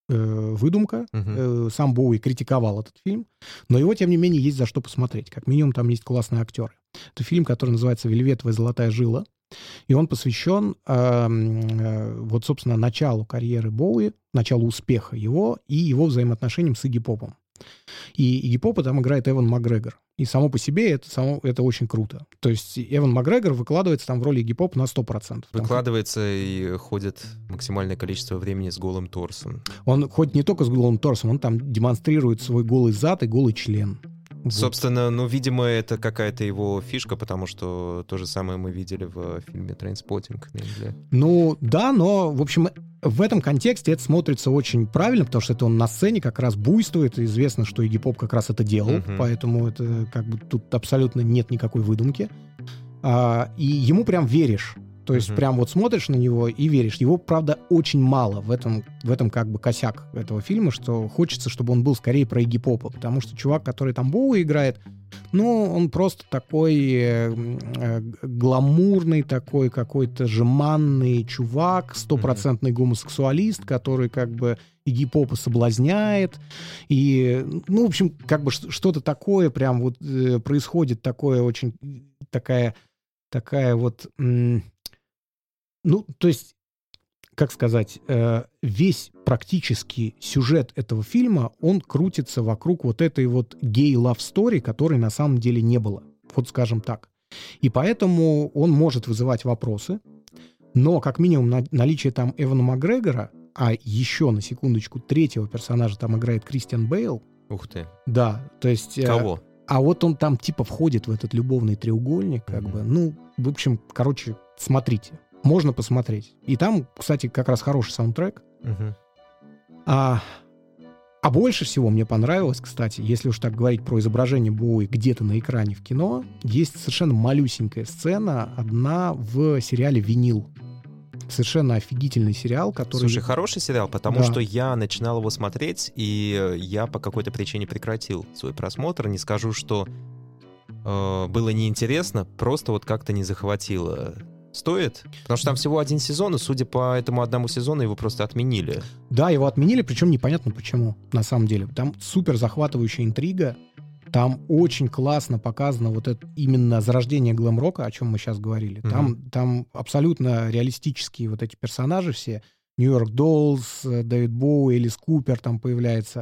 выдумка. Сам Боуи критиковал этот фильм, но его, тем не менее, есть за что посмотреть. Как минимум, там есть классные актеры. Это фильм, который называется «Вельветовая золотая жила», и он посвящен, вот, собственно, началу карьеры Боуи, началу успеха его и его взаимоотношениям с Игги Попом. И Игги Попа там играет Эван Макгрегор. И само по себе это очень круто. То есть Эван Макгрегор выкладывается там в роли Игги Попа на 100%. Выкладывается и ходит максимальное количество времени с голым торсом. Он ходит не только с голым торсом, он там демонстрирует свой голый зад и голый член. Собственно, видимо, это какая-то его фишка, потому что то же самое мы видели в фильме «Трейнспоттинг». Да, но, в общем, в этом контексте это смотрится очень правильно, потому что это он на сцене как раз буйствует, и известно, что Игги Поп как раз это делал, поэтому это как бы тут абсолютно нет никакой выдумки. И ему прям веришь. То есть прям вот смотришь на него и веришь. Его, правда, очень мало. В этом как бы косяк этого фильма, что хочется, чтобы он был скорее про Игги Попа, потому что чувак, который там Боуи играет, он просто такой гламурный, такой какой-то жеманный чувак, стопроцентный гомосексуалист, который как бы Игги Попа соблазняет. И, в общем, как бы что-то такое прям вот происходит, такое очень, такая вот... то есть, как сказать, весь практически сюжет этого фильма, он крутится вокруг вот этой вот гей-лав-стори, которой на самом деле не было. Вот скажем так. И поэтому он может вызывать вопросы, но как минимум наличие там Эвана Макгрегора, а еще, на секундочку, третьего персонажа там играет Кристиан Бейл. Ух ты. Да, то есть... Кого? А вот он там типа входит в этот любовный треугольник, как бы. В общем, смотрите. Можно посмотреть. И там, кстати, как раз хороший саундтрек. А больше всего мне понравилось, кстати, если уж так говорить про изображение Боуи где-то на экране в кино, есть совершенно малюсенькая сцена, одна в сериале «Винил». Совершенно офигительный сериал, который... Слушай, хороший сериал, потому что я начинал его смотреть, и я по какой-то причине прекратил свой просмотр. Не скажу, что было неинтересно, просто вот как-то не захватило. Стоит? Потому что там всего один сезон, и, судя по этому одному сезону, его просто отменили. Да, его отменили, причем непонятно почему, на самом деле. Там супер захватывающая интрига, там очень классно показано вот это именно зарождение глэм-рока, о чем мы сейчас говорили. Там абсолютно реалистические вот эти персонажи все. Нью-Йорк Доллс, Дэвид Боуи, Элис Купер там появляется.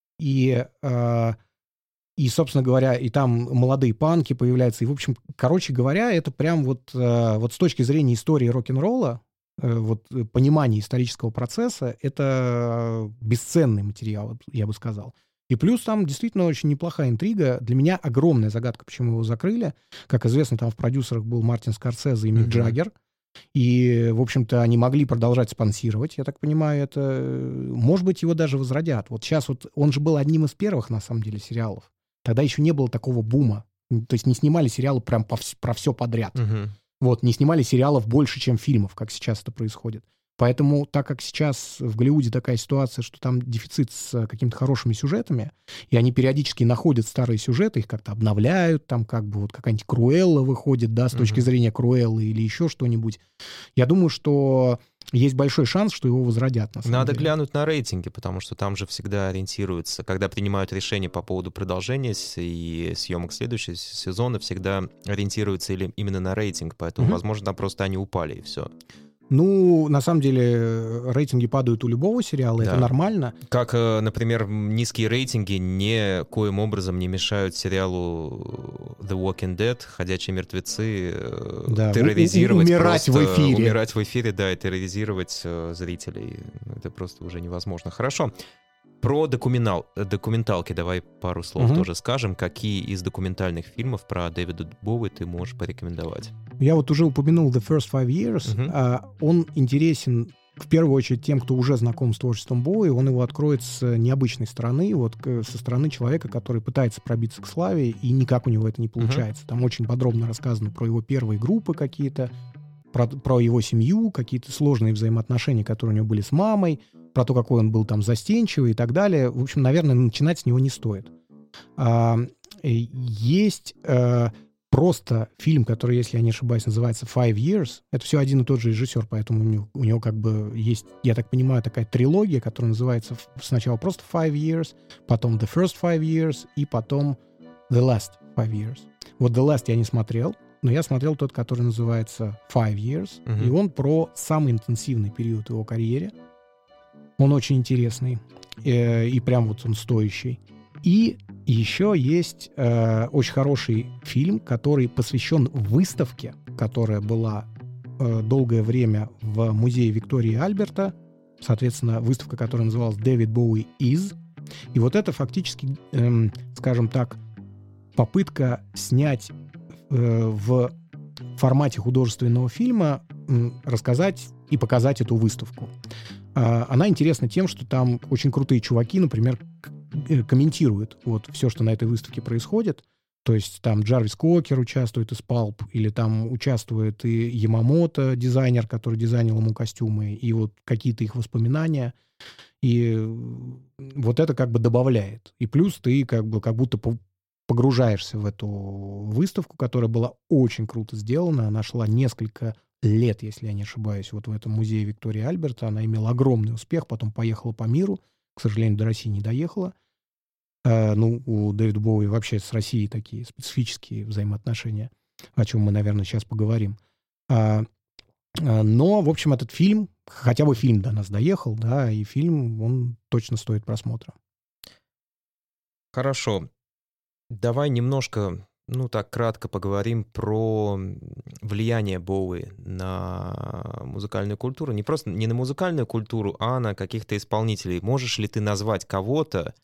И, собственно говоря, и там молодые панки появляются. И, в общем, короче говоря, это прям вот с точки зрения истории рок-н-ролла, вот понимания исторического процесса, это бесценный материал, я бы сказал. И плюс там действительно очень неплохая интрига. Для меня огромная загадка, почему его закрыли. Как известно, там в продюсерах был Мартин Скорсезе и Мик Джаггер. И, в общем-то, они могли продолжать спонсировать, я так понимаю, это... Может быть, его даже возродят. Вот сейчас вот он же был одним из первых, на самом деле, сериалов. Тогда еще не было такого бума. То есть не снимали сериалы прям про все подряд. Вот, не снимали сериалов больше, чем фильмов, как сейчас это происходит. Поэтому, так как сейчас в Голливуде такая ситуация, что там дефицит с какими-то хорошими сюжетами, и они периодически находят старые сюжеты, их как-то обновляют, там как бы вот какая-нибудь Круэлла выходит, да, с точки зрения Круэллы или еще что-нибудь. Я думаю, что есть большой шанс, что его возродят. Надо глянуть на рейтинги, потому что там же всегда ориентируются, когда принимают решение по поводу продолжения и съемок следующего сезона, всегда ориентируются именно на рейтинг, поэтому, возможно, там просто они упали, и все. На самом деле, рейтинги падают у любого сериала, это нормально. Как, например, низкие рейтинги никоим образом не мешают сериалу The Walking Dead, «Ходячие мертвецы», терроризировать умирать в эфире. Умирать в эфире, да, и терроризировать зрителей. Это просто уже невозможно. Хорошо. Про документалки давай пару слов тоже скажем. Какие из документальных фильмов про Дэвида Боуи ты можешь порекомендовать? Я вот уже упомянул The First Five Years. Он интересен в первую очередь тем, кто уже знаком с творчеством Боуи. Он его откроет с необычной стороны, вот со стороны человека, который пытается пробиться к славе, и никак у него это не получается. Там очень подробно рассказано про его первые группы какие-то, про его семью, какие-то сложные взаимоотношения, которые у него были с мамой, про то, какой он был там застенчивый и так далее. В общем, наверное, начинать с него не стоит. Есть просто фильм, который, если я не ошибаюсь, называется «Five Years», это все один и тот же режиссер, поэтому у него как бы есть, я так понимаю, такая трилогия, которая называется сначала просто «Five Years», потом «The First Five Years» и потом «The Last Five Years». Вот «The Last» я не смотрел, но я смотрел тот, который называется «Five Years», и он про самый интенсивный период его карьеры. Он очень интересный, и прям вот он стоящий. И еще есть очень хороший фильм, который посвящен выставке, которая была долгое время в музее Виктории и Альберта. Соответственно, выставка, которая называлась «David Bowie Is». И вот это фактически, скажем так, попытка снять в формате художественного фильма, рассказать и показать эту выставку. Она интересна тем, что там очень крутые чуваки, например, комментируют вот все, что на этой выставке происходит. То есть там Джарвис Кокер участвует из Pulp, или там участвует и Ямамото, дизайнер, который дизайнил ему костюмы, и вот какие-то их воспоминания. И вот это как бы добавляет. И плюс ты как будто погружаешься в эту выставку, которая была очень круто сделана. Она шла несколько лет, если я не ошибаюсь, вот в этом музее Виктории и Альберта. Она имела огромный успех, потом поехала по миру. К сожалению, до России не доехала. У Дэвида Боуи вообще с Россией такие специфические взаимоотношения, о чем мы, наверное, сейчас поговорим. Но, в общем, этот фильм, хотя бы фильм до нас доехал, да, и фильм, он точно стоит просмотра. Хорошо. Давай немножко, так кратко поговорим про влияние Боуи на музыкальную культуру. Не на музыкальную культуру, а на каких-то исполнителей. Можешь ли ты назвать кого-то,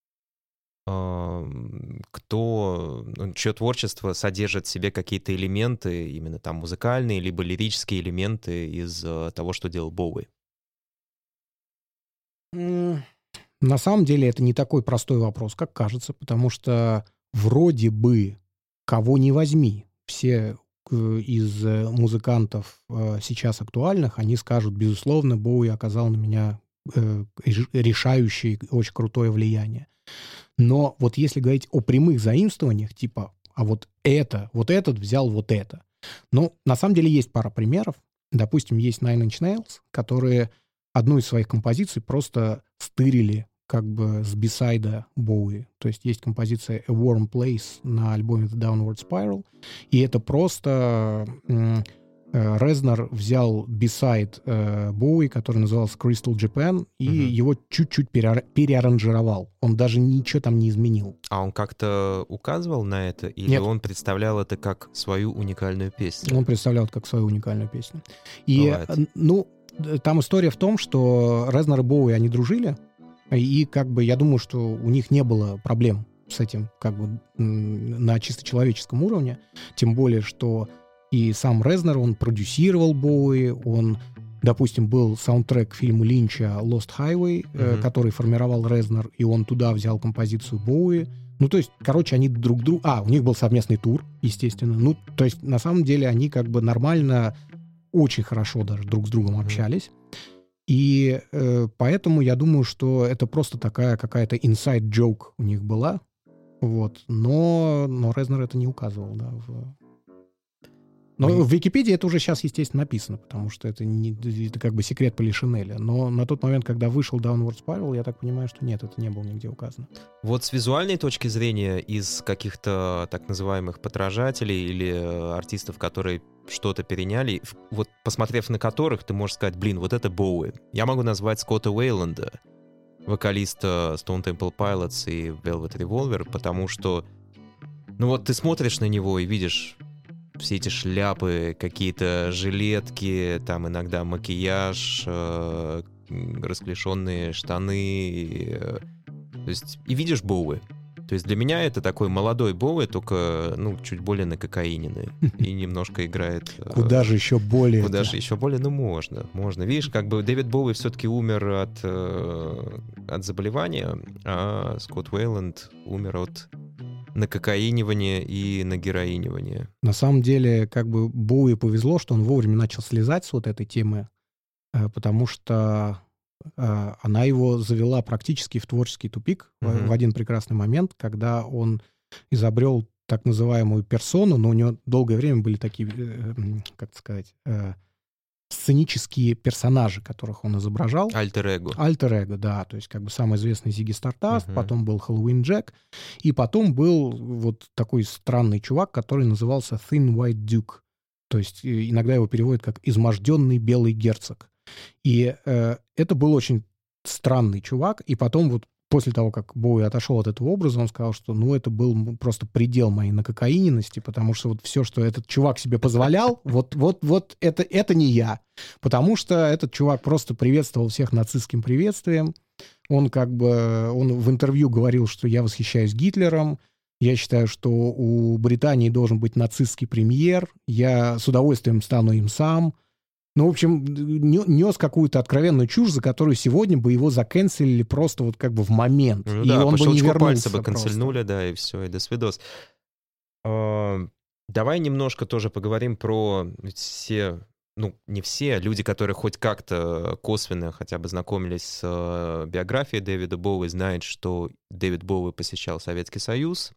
чье творчество содержит в себе какие-то элементы, именно там музыкальные, либо лирические элементы из того, что делал Боуи? На самом деле это не такой простой вопрос, как кажется, потому что вроде бы кого ни возьми, все из музыкантов сейчас актуальных, они скажут, безусловно, Боуи оказал на меня решающее, очень крутое влияние. Но вот если говорить о прямых заимствованиях, типа, а вот этот взял вот это. На самом деле есть пара примеров. Допустим, есть Nine Inch Nails, которые одну из своих композиций просто стырили как бы с бисайда Боуи. То есть есть композиция A Warm Place на альбоме The Downward Spiral, и это просто Резнер взял бисайд Боуи, который назывался Crystal Japan, и его чуть-чуть переаранжировал. Он даже ничего там не изменил. А он как-то указывал на это? Или Нет. Он представлял это как свою уникальную песню? Он представлял это как свою уникальную песню. И, там история в том, что Резнер и Боуи, они дружили, и как бы я думаю, что у них не было проблем с этим как бы на чисто человеческом уровне. Тем более, что и сам Резнер, он продюсировал Боуи, он, допустим, был саундтрек к фильму Линча «Lost Highway», который формировал Резнер, и он туда взял композицию Боуи. То есть, они друг другу... у них был совместный тур, естественно. То есть, на самом деле, они как бы нормально, очень хорошо даже друг с другом общались. И поэтому я думаю, что это просто такая какая-то inside joke у них была. Вот. Но Резнер это не указывал, да, Но в Википедии это уже сейчас, естественно, написано, потому что это как бы секрет Полишинеля. Но на тот момент, когда вышел Downward Spiral, я так понимаю, что нет, это не было нигде указано. Вот с визуальной точки зрения, из каких-то так называемых подражателей или артистов, которые что-то переняли, вот посмотрев на которых, ты можешь сказать, вот это Боуи. Я могу назвать Скотта Уэйланда, вокалиста Stone Temple Pilots и Velvet Revolver, потому что, ты смотришь на него и видишь все эти шляпы, какие-то жилетки, там иногда макияж, расклешенные штаны, то есть и видишь Боуи. То есть для меня это такой молодой Боуи, только, чуть более на кокаине, и немножко играет... Куда же еще более? Куда же еще более? Можно. Видишь, как бы Дэвид Боуи все-таки умер от заболевания, а Скотт Уэйланд умер от накокаинивания и нагероинивания. На самом деле, как бы Боуи повезло, что он вовремя начал слезать с вот этой темы, потому что она его завела практически в творческий тупик в один прекрасный момент, когда он изобрел так называемую персону, но у него долгое время были такие, как сказать, сценические персонажи, которых он изображал. Альтер-эго. Альтер-эго, да. То есть как бы самый известный Зигги Стардаст, потом был Хэллоуин Джек, и потом был вот такой странный чувак, который назывался Thin White Duke. То есть иногда его переводят как «изможденный белый герцог». И это был очень странный чувак, и потом вот после того, как Боуи отошел от этого образа, он сказал, что это был просто предел моей накокаиненности, потому что вот все, что этот чувак себе позволял, вот это не я. Потому что этот чувак просто приветствовал всех нацистским приветствием. Он в интервью говорил, что я восхищаюсь Гитлером, я считаю, что у Британии должен быть нацистский премьер, я с удовольствием стану им сам. В общем, нес какую-то откровенную чушь, за которую сегодня бы его заканцелили просто вот как бы в момент. Ну, и да, он по бы не щелчку вернулся пальца бы канцельнули, просто. да, и все, и до свидос. Давай немножко тоже поговорим про все, не все, люди, которые хоть как-то косвенно хотя бы знакомились с биографией Дэвида Боуи, знают, что Дэвид Боуи посещал Советский Союз.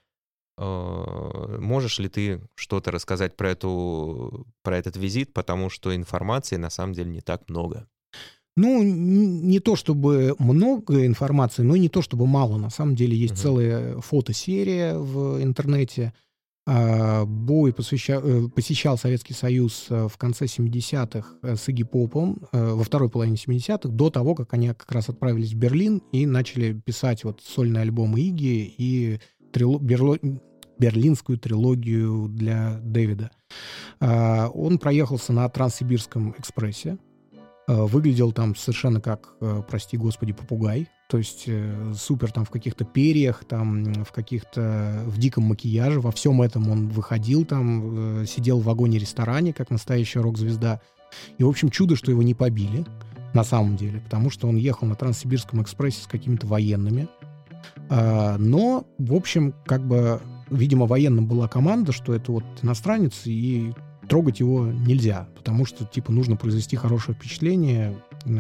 Можешь ли ты что-то рассказать про этот визит, потому что информации на самом деле не так много? Не то чтобы много информации, но и не то чтобы мало. На самом деле есть целая фотосерия в интернете. Боуи посещал Советский Союз в конце 70-х с Игги Попом, во второй половине 70-х, до того, как они как раз отправились в Берлин и начали писать вот сольный альбом Игги и берлинскую трилогию для Дэвида. Он проехался на Транссибирском экспрессе. Выглядел там совершенно как, прости господи, попугай. То есть супер там в каких-то перьях, там в диком макияже. Во всем этом он выходил там, сидел в вагоне-ресторане, как настоящая рок-звезда. И, в общем, чудо, что его не побили, на самом деле. Потому что он ехал на Транссибирском экспрессе с какими-то военными. Но, в общем, видимо, военным была команда, что это вот иностранец, и трогать его нельзя, потому что, нужно произвести хорошее впечатление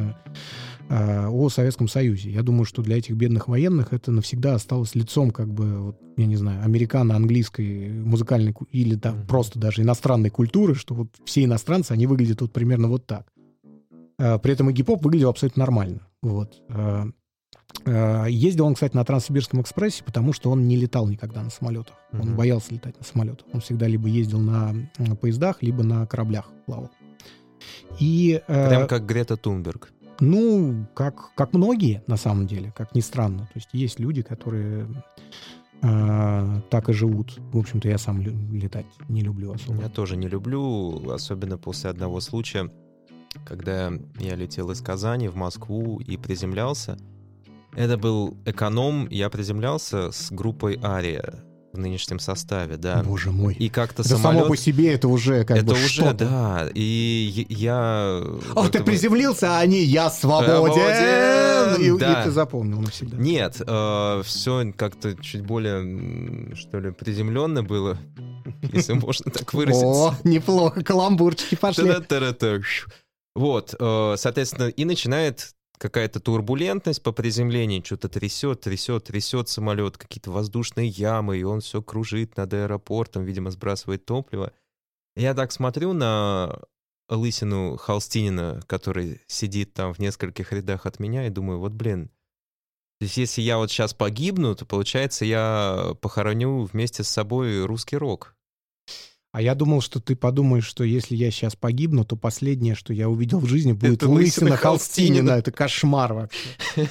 о Советском Союзе. Я думаю, что для этих бедных военных это навсегда осталось лицом, я не знаю, американо-английской музыкальной или просто даже иностранной культуры, что вот все иностранцы, они выглядят вот примерно вот так. При этом Игги Поп выглядел абсолютно нормально. Вот. Ездил он, кстати, на Транссибирском экспрессе, потому что он не летал никогда на самолетах. Он боялся летать на самолетах. Он всегда либо ездил на поездах, либо на кораблях плавал. Прям как Грета Тунберг. Как многие, на самом деле, как ни странно. То есть есть люди, которые так и живут. В общем-то, я сам летать не люблю особо. Я тоже не люблю, особенно после одного случая, когда я летел из Казани в Москву и приземлялся. Это был эконом, я приземлялся с группой «Ария» в нынешнем составе, да. Боже мой. И как-то это самолет... само по себе, это уже это уже, что-то. Да. И я... Ты приземлился, а они «Я свободен!» И ты запомнил навсегда. Нет, все как-то чуть более, что ли, приземленно было, если можно так выразиться. О, неплохо, каламбурчики пошли. Вот, соответственно, и начинает какая-то турбулентность по приземлению, что-то трясет самолет, какие-то воздушные ямы, и он все кружит над аэропортом, видимо, сбрасывает топливо. Я так смотрю на лысину Холстинина, который сидит там в нескольких рядах от меня, и думаю, вот, блин, то есть если я вот сейчас погибну, то, получается, я похороню вместе с собой русский рок. А я думал, что ты подумаешь, что если я сейчас погибну, то последнее, что я увидел в жизни, будет лысина Холстинина. Это кошмар вообще.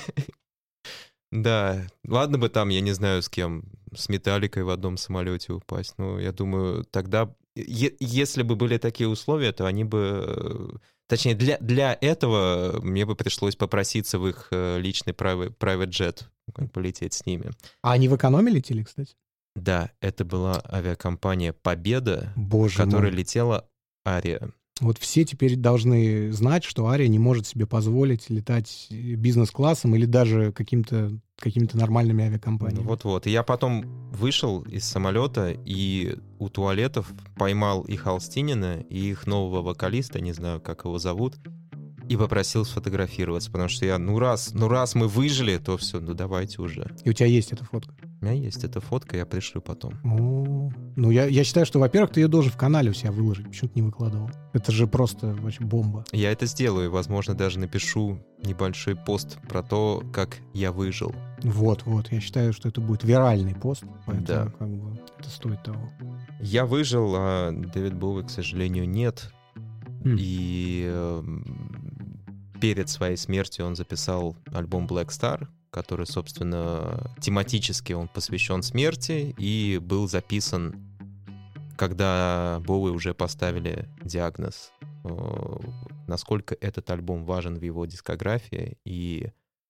Да, ладно бы там, я не знаю, с кем, с Металликой в одном самолете упасть. Но я думаю, тогда, если бы были такие условия, то они бы... Точнее, для этого мне бы пришлось попроситься в их личный private jet, полететь с ними. А они в экономе летели, кстати? Да, это была авиакомпания «Победа», Боже которая мой. летела «Ария». Вот все теперь должны знать, что «Ария» не может себе позволить летать бизнес-классом или даже какими-то нормальными авиакомпаниями. Вот-вот. И я потом вышел из самолета и у туалетов поймал и Холстинина, и их нового вокалиста, не знаю, как его зовут, и попросил сфотографироваться, потому что я, раз мы выжили, то все, давайте уже. И у тебя есть эта фотка? У меня есть эта фотка, я пришлю потом. Ну, я считаю, что, во-первых, ты ее должен в канале у себя выложить. Почему ты не выкладывал? Это же просто вообще бомба. Я это сделаю, возможно, даже напишу небольшой пост про то, как я выжил. Вот. Я считаю, что это будет виральный пост, поэтому Да. как бы это стоит того. Я выжил, а Дэвид Боуи, к сожалению, нет. И перед своей смертью он записал альбом Black Star, который, собственно, тематически он посвящен смерти и был записан, когда Боуи уже поставили диагноз, насколько этот альбом важен в его дискографии. И,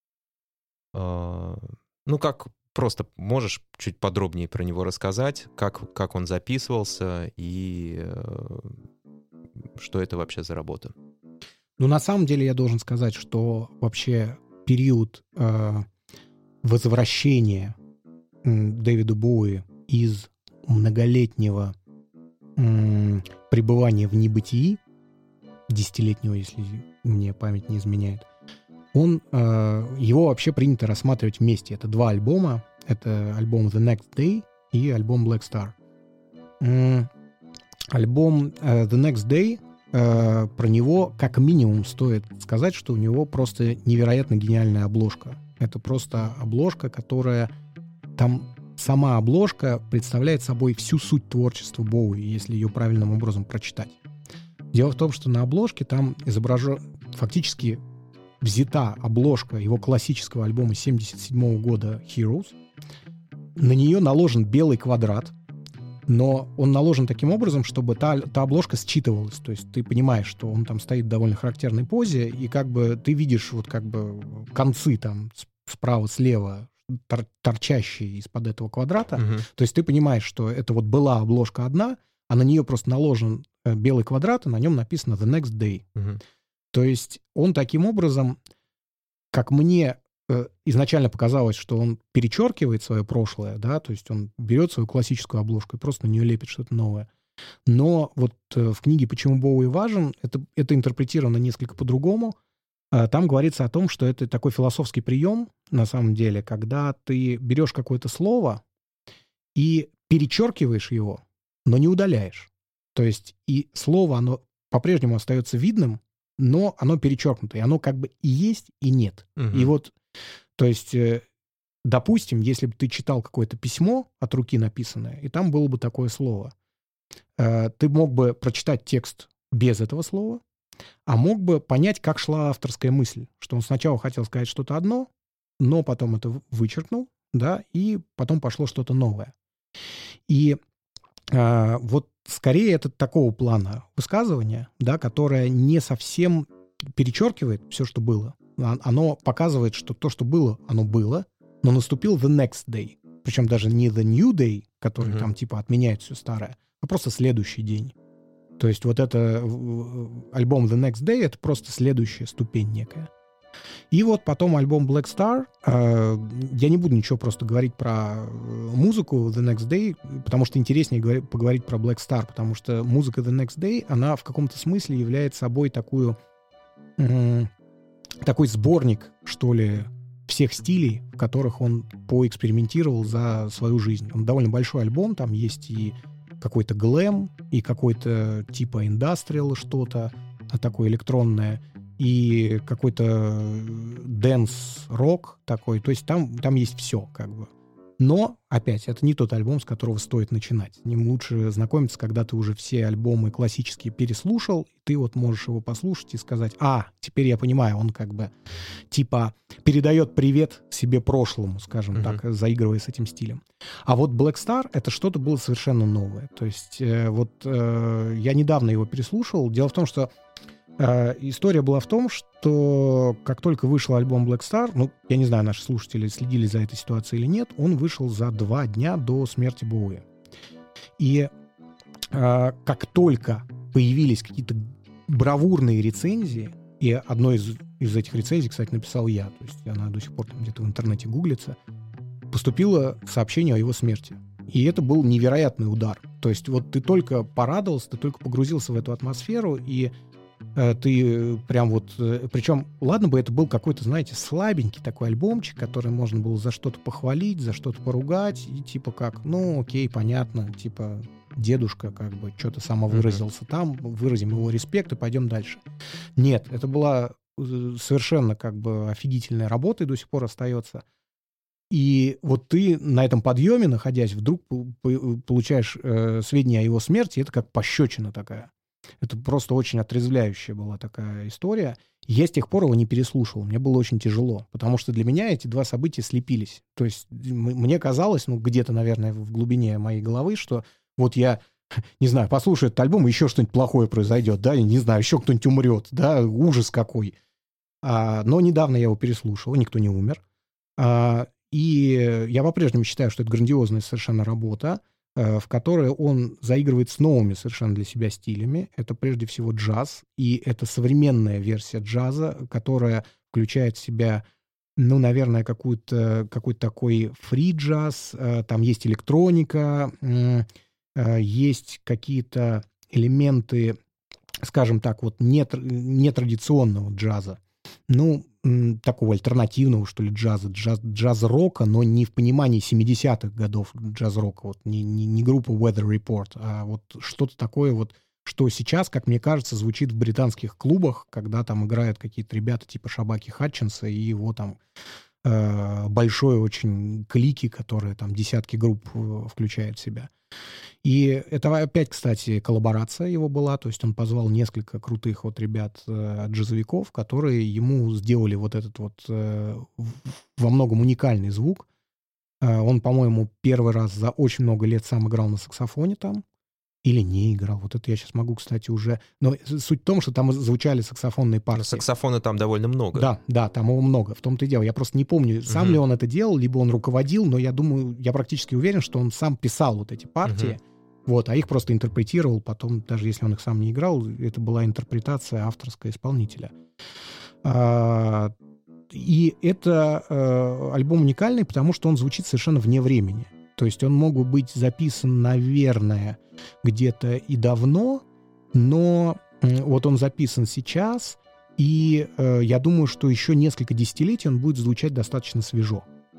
как просто можешь чуть подробнее про него рассказать, как он записывался и что это вообще за работа? Ну, на самом деле я должен сказать, что вообще период возвращения Дэвида Боуи из многолетнего пребывания в небытии, десятилетнего, если мне память не изменяет, его вообще принято рассматривать вместе. Это два альбома. Это альбом The Next Day и альбом Black Star. Альбом The Next Day, про него как минимум стоит сказать, что у него просто невероятно гениальная обложка. Это просто обложка, которая... Там сама обложка представляет собой всю суть творчества Боуи, если ее правильным образом прочитать. Дело в том, что на обложке там изображена, фактически взята обложка его классического альбома 1977 года Heroes. На нее наложен белый квадрат, но он наложен таким образом, чтобы та обложка считывалась. То есть ты понимаешь, что он там стоит в довольно характерной позе, и как бы ты видишь вот как бы концы там справа-слева торчащие из-под этого квадрата. То есть ты понимаешь, что это вот была обложка одна, а на нее просто наложен белый квадрат, и на нем написано The Next Day. То есть он таким образом, как мне изначально показалось, что он перечеркивает свое прошлое, да, то есть он берет свою классическую обложку и просто на нее лепит что-то новое. Но вот в книге «Почему Боуи важен» это интерпретировано несколько по-другому. Там говорится о том, что это такой философский прием, на самом деле, когда ты берешь какое-то слово и перечеркиваешь его, но не удаляешь. То есть и слово, оно по-прежнему остается видным, но оно перечеркнуто, и оно как бы и есть, и нет. И вот, то есть, допустим, если бы ты читал какое-то письмо от руки написанное, и там было бы такое слово, ты мог бы прочитать текст без этого слова, а мог бы понять, как шла авторская мысль, что он сначала хотел сказать что-то одно, но потом это вычеркнул, да, и потом пошло что-то новое. И вот скорее это такого плана высказывание, да, которое не совсем перечеркивает все, что было. Оно показывает, что то, что было, оно было, но наступил the next day. Причем даже не the new day, который там типа отменяет все старое, а просто следующий день. То есть вот это альбом The Next Day — это просто следующая ступень некая. И вот потом альбом Black Star. Я не буду ничего просто говорить про музыку The Next Day, потому что интереснее поговорить про Black Star, потому что музыка The Next Day, она в каком-то смысле является собой такой сборник, что ли, всех стилей, в которых он поэкспериментировал за свою жизнь. Он довольно большой альбом, там есть и какой-то глэм, и какой-то типа индастриал что-то такое электронное, и какой-то дэнс-рок такой. То есть там есть все, как бы. Но, опять, это не тот альбом, с которого стоит начинать. С ним лучше знакомиться, когда ты уже все альбомы классические переслушал, и ты вот можешь его послушать и сказать: теперь я понимаю, он как бы типа передает привет себе прошлому, скажем так, заигрывая с этим стилем. А вот Black Star — это что-то было совершенно новое. То есть я недавно его переслушал. Дело в том, что история была в том, что как только вышел альбом Black Star, я не знаю, наши слушатели следили за этой ситуацией или нет, он вышел за 2 дня до смерти Боуи. И как только появились какие-то бравурные рецензии, и одной из этих рецензий, кстати, написал я, то есть она до сих пор там где-то в интернете гуглится, поступило сообщение о его смерти. И это был невероятный удар. То есть вот ты только порадовался, ты только погрузился в эту атмосферу, и Ты прям вот... Причем, ладно бы это был какой-то, знаете, слабенький такой альбомчик, который можно было за что-то похвалить, за что-то поругать, и типа как, ну, окей, понятно, типа дедушка как бы что-то самовыразился там, выразим его респект и пойдем дальше. Нет, это была совершенно как бы офигительная работа и до сих пор остается. И вот ты на этом подъеме, находясь, вдруг получаешь сведения о его смерти, это как пощечина такая. Это просто очень отрезвляющая была такая история. Я с тех пор его не переслушал. Мне было очень тяжело, потому что для меня эти два события слепились. То есть мне казалось, ну, где-то, наверное, в глубине моей головы, что вот я, не знаю, послушаю этот альбом, и еще что-нибудь плохое произойдет, да, не знаю, еще кто-нибудь умрет, да, ужас какой. Но недавно я его переслушал, никто не умер. И я по-прежнему считаю, что это грандиозная совершенно работа, в которой он заигрывает с новыми совершенно для себя стилями. Это прежде всего джаз, и это современная версия джаза, которая включает в себя, ну, наверное, какой-то такой фри-джаз, там есть электроника, есть какие-то элементы, скажем так, вот нетрадиционного джаза. Ну, такого альтернативного, что ли, джаз-рока, но не в понимании 70-х годов джаз-рока, вот не группа Weather Report, а вот что-то такое вот, что сейчас, как мне кажется, звучит в британских клубах, когда там играют какие-то ребята типа Шабаки Хатчинса и его там большой очень клики, которые там десятки групп включают в себя. И это опять, кстати, коллаборация его была, то есть он позвал несколько крутых вот ребят, джазовиков, которые ему сделали вот этот вот во многом уникальный звук. Он, по-моему, первый раз за очень много лет сам играл на саксофоне там, или не играл. Вот это я сейчас могу, кстати, уже... Но суть в том, что там звучали саксофонные партии. Но саксофона там довольно много. Да, там его много. В том-то и дело. Я просто не помню, сам ли он это делал, либо он руководил, но я думаю, я практически уверен, что он сам писал вот эти партии, вот, а их просто интерпретировал потом, даже если он их сам не играл, это была интерпретация авторская исполнителя. И это альбом уникальный, потому что он звучит совершенно вне времени. То есть он мог бы быть записан, наверное, где-то и давно, но вот он записан сейчас, и я думаю, что еще несколько десятилетий он будет звучать достаточно свежо.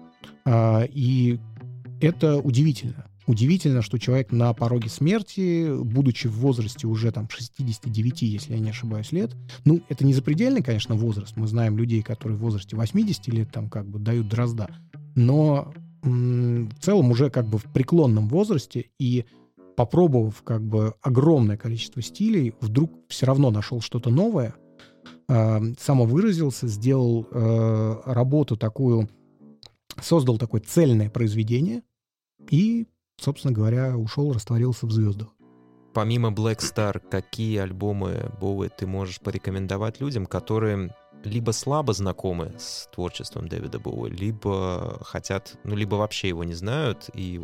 И это удивительно. Удивительно, что человек на пороге смерти, будучи в возрасте уже там 69, если я не ошибаюсь, лет, ну, это не запредельный, конечно, возраст. Мы знаем людей, которые в возрасте 80 лет там как бы дают дрозда, но в целом уже как бы в преклонном возрасте и попробовав как бы огромное количество стилей, вдруг все равно нашел что-то новое, самовыразился, сделал работу такую, создал такое цельное произведение и, собственно говоря, ушел, растворился в звездах. Помимо Black Star, какие альбомы Боуи ты можешь порекомендовать людям, которые либо слабо знакомы с творчеством Дэвида Боуи, либо хотят, ну, либо вообще его не знают и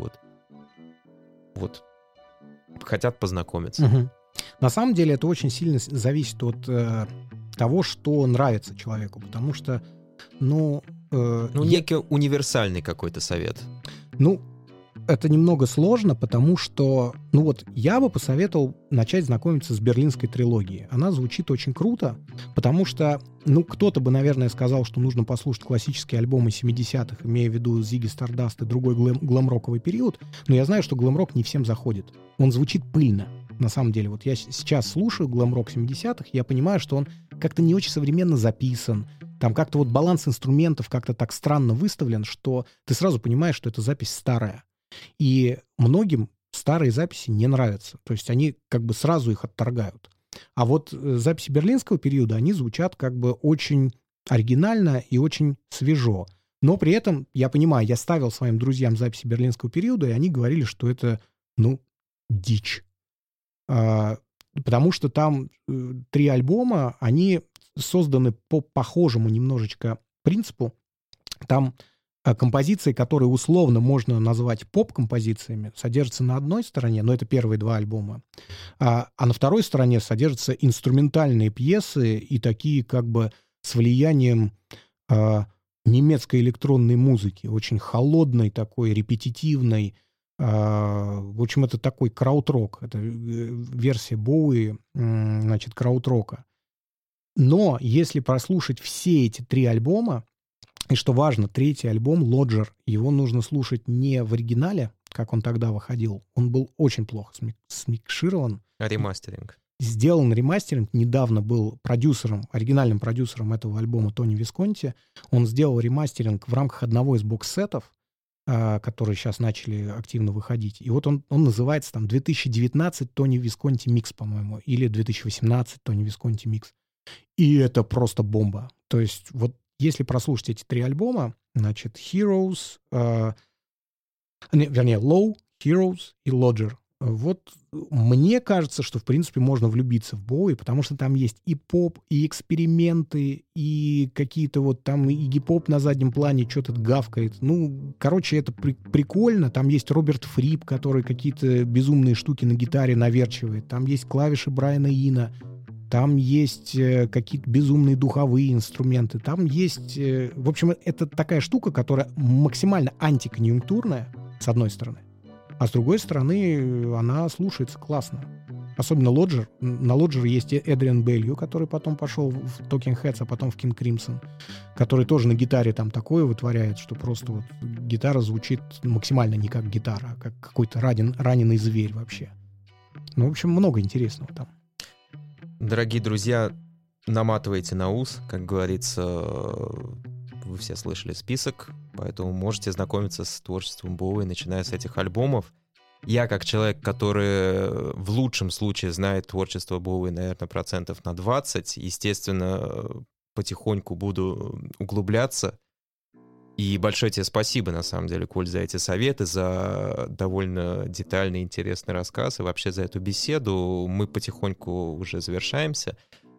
вот хотят познакомиться? Угу. На самом деле это очень сильно зависит от того, что нравится человеку, потому что, некий универсальный какой-то совет. Это немного сложно, потому что, я бы посоветовал начать знакомиться с берлинской трилогией. Она звучит очень круто, потому что, кто-то бы, наверное, сказал, что нужно послушать классические альбомы 70-х, имея в виду Зигги Стардаст и другой глэм-роковый период, но я знаю, что глэм-рок не всем заходит. Он звучит пыльно, на самом деле. Вот я сейчас слушаю глэм-рок 70-х, я понимаю, что он как-то не очень современно записан, там как-то вот баланс инструментов как-то так странно выставлен, что ты сразу понимаешь, что эта запись старая. И многим старые записи не нравятся. То есть они как бы сразу их отторгают. А вот записи берлинского периода, они звучат как бы очень оригинально и очень свежо. Но при этом, я понимаю, я ставил своим друзьям записи берлинского периода, и они говорили, что это, дичь. Потому что там 3 альбома, они созданы по похожему немножечко принципу. Там композиции, которые условно можно назвать поп-композициями, содержатся на одной стороне, но это первые 2 альбома, а на второй стороне содержатся инструментальные пьесы и такие как бы с влиянием немецкой электронной музыки, очень холодной такой, репетитивной. В общем, это такой крауд-рок, это версия Боуи, крауд-рока. Но если прослушать все эти 3 альбома, и что важно, 3-й альбом Lodger, его нужно слушать не в оригинале, как он тогда выходил. Он был очень плохо смикширован. Ремастеринг. Сделан ремастеринг. Недавно был продюсером, оригинальным продюсером этого альбома Тони Висконти. Он сделал ремастеринг в рамках одного из бокс-сетов, которые сейчас начали активно выходить. И вот он называется там 2019 Тони Висконти Микс, по-моему, или 2018 Тони Висконти Микс. И это просто бомба. То есть вот если прослушать эти 3 альбома, значит, Heroes, Low, Heroes и Lodger. Вот мне кажется, что, в принципе, можно влюбиться в Боуи, потому что там есть и поп, и эксперименты, и какие-то вот там и гип-поп на заднем плане что-то гавкает. Ну, короче, это прикольно. Там есть Роберт Фрип, который какие-то безумные штуки на гитаре наверчивает. Там есть клавиши Брайана Ина. Там есть какие-то безумные духовые инструменты. Там есть... В общем, это такая штука, которая максимально антиконъюнктурная, с одной стороны. А с другой стороны, она слушается классно. Особенно Lodger. На Lodger есть Эдриан Белью, который потом пошел в Talking Heads, а потом в King Crimson, который тоже на гитаре там такое вытворяет, что просто вот гитара звучит максимально не как гитара, а как какой-то раненый зверь вообще. Ну, в общем, много интересного там. Дорогие друзья, наматывайте на ус, как говорится, вы все слышали список, поэтому можете знакомиться с творчеством Боуи, начиная с этих альбомов. Я, как человек, который в лучшем случае знает творчество Боуи, наверное, процентов на 20, естественно, потихоньку буду углубляться. И большое тебе спасибо, на самом деле, Коль, за эти советы, за довольно детальный, интересный рассказ и вообще за эту беседу. Мы потихоньку уже завершаемся.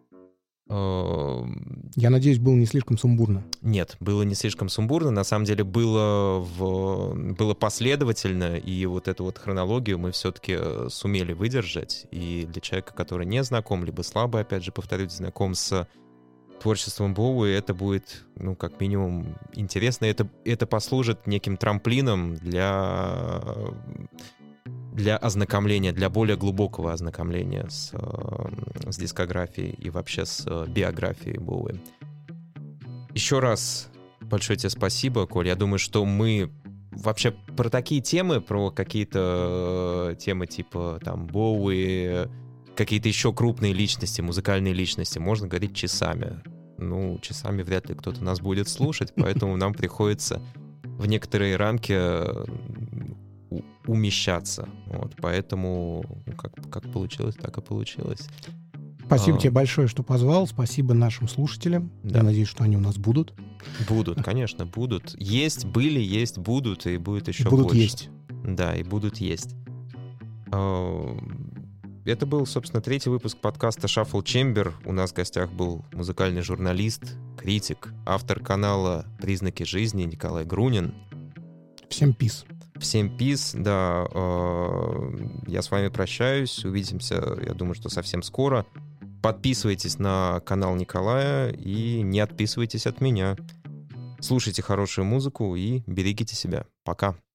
Я надеюсь, было не слишком сумбурно. Нет, было не слишком сумбурно. На самом деле было последовательно, и вот эту вот хронологию мы все-таки сумели выдержать. И для человека, который не знаком, либо слабо, опять же, повторюсь, знаком с творчеством Боуи, это будет, ну, как минимум, интересно. Это послужит неким трамплином для ознакомления, для более глубокого ознакомления с дискографией и вообще с биографией Боуи. Еще раз большое тебе спасибо, Коль. Я думаю, что мы вообще про такие темы, про какие-то темы типа там Боуи, какие-то еще крупные личности, музыкальные личности, можно говорить часами. Ну, часами вряд ли кто-то нас будет слушать, поэтому нам приходится в некоторые рамки умещаться. Вот, поэтому как получилось, так и получилось. Спасибо тебе большое, что позвал. Спасибо нашим слушателям. Да. Я надеюсь, что они у нас будут. Будут, конечно, будут. Есть, были, есть, будут, и будет еще будут больше. Есть. Да, и будут есть. Это был, собственно, 3-й выпуск подкаста Shuffle Chamber. У нас в гостях был музыкальный журналист, критик, автор канала «Признаки жизни» Николай Грунин. Всем пис. Всем пис, да. Я с вами прощаюсь. Увидимся, я думаю, что совсем скоро. Подписывайтесь на канал Николая и не отписывайтесь от меня. Слушайте хорошую музыку и берегите себя. Пока.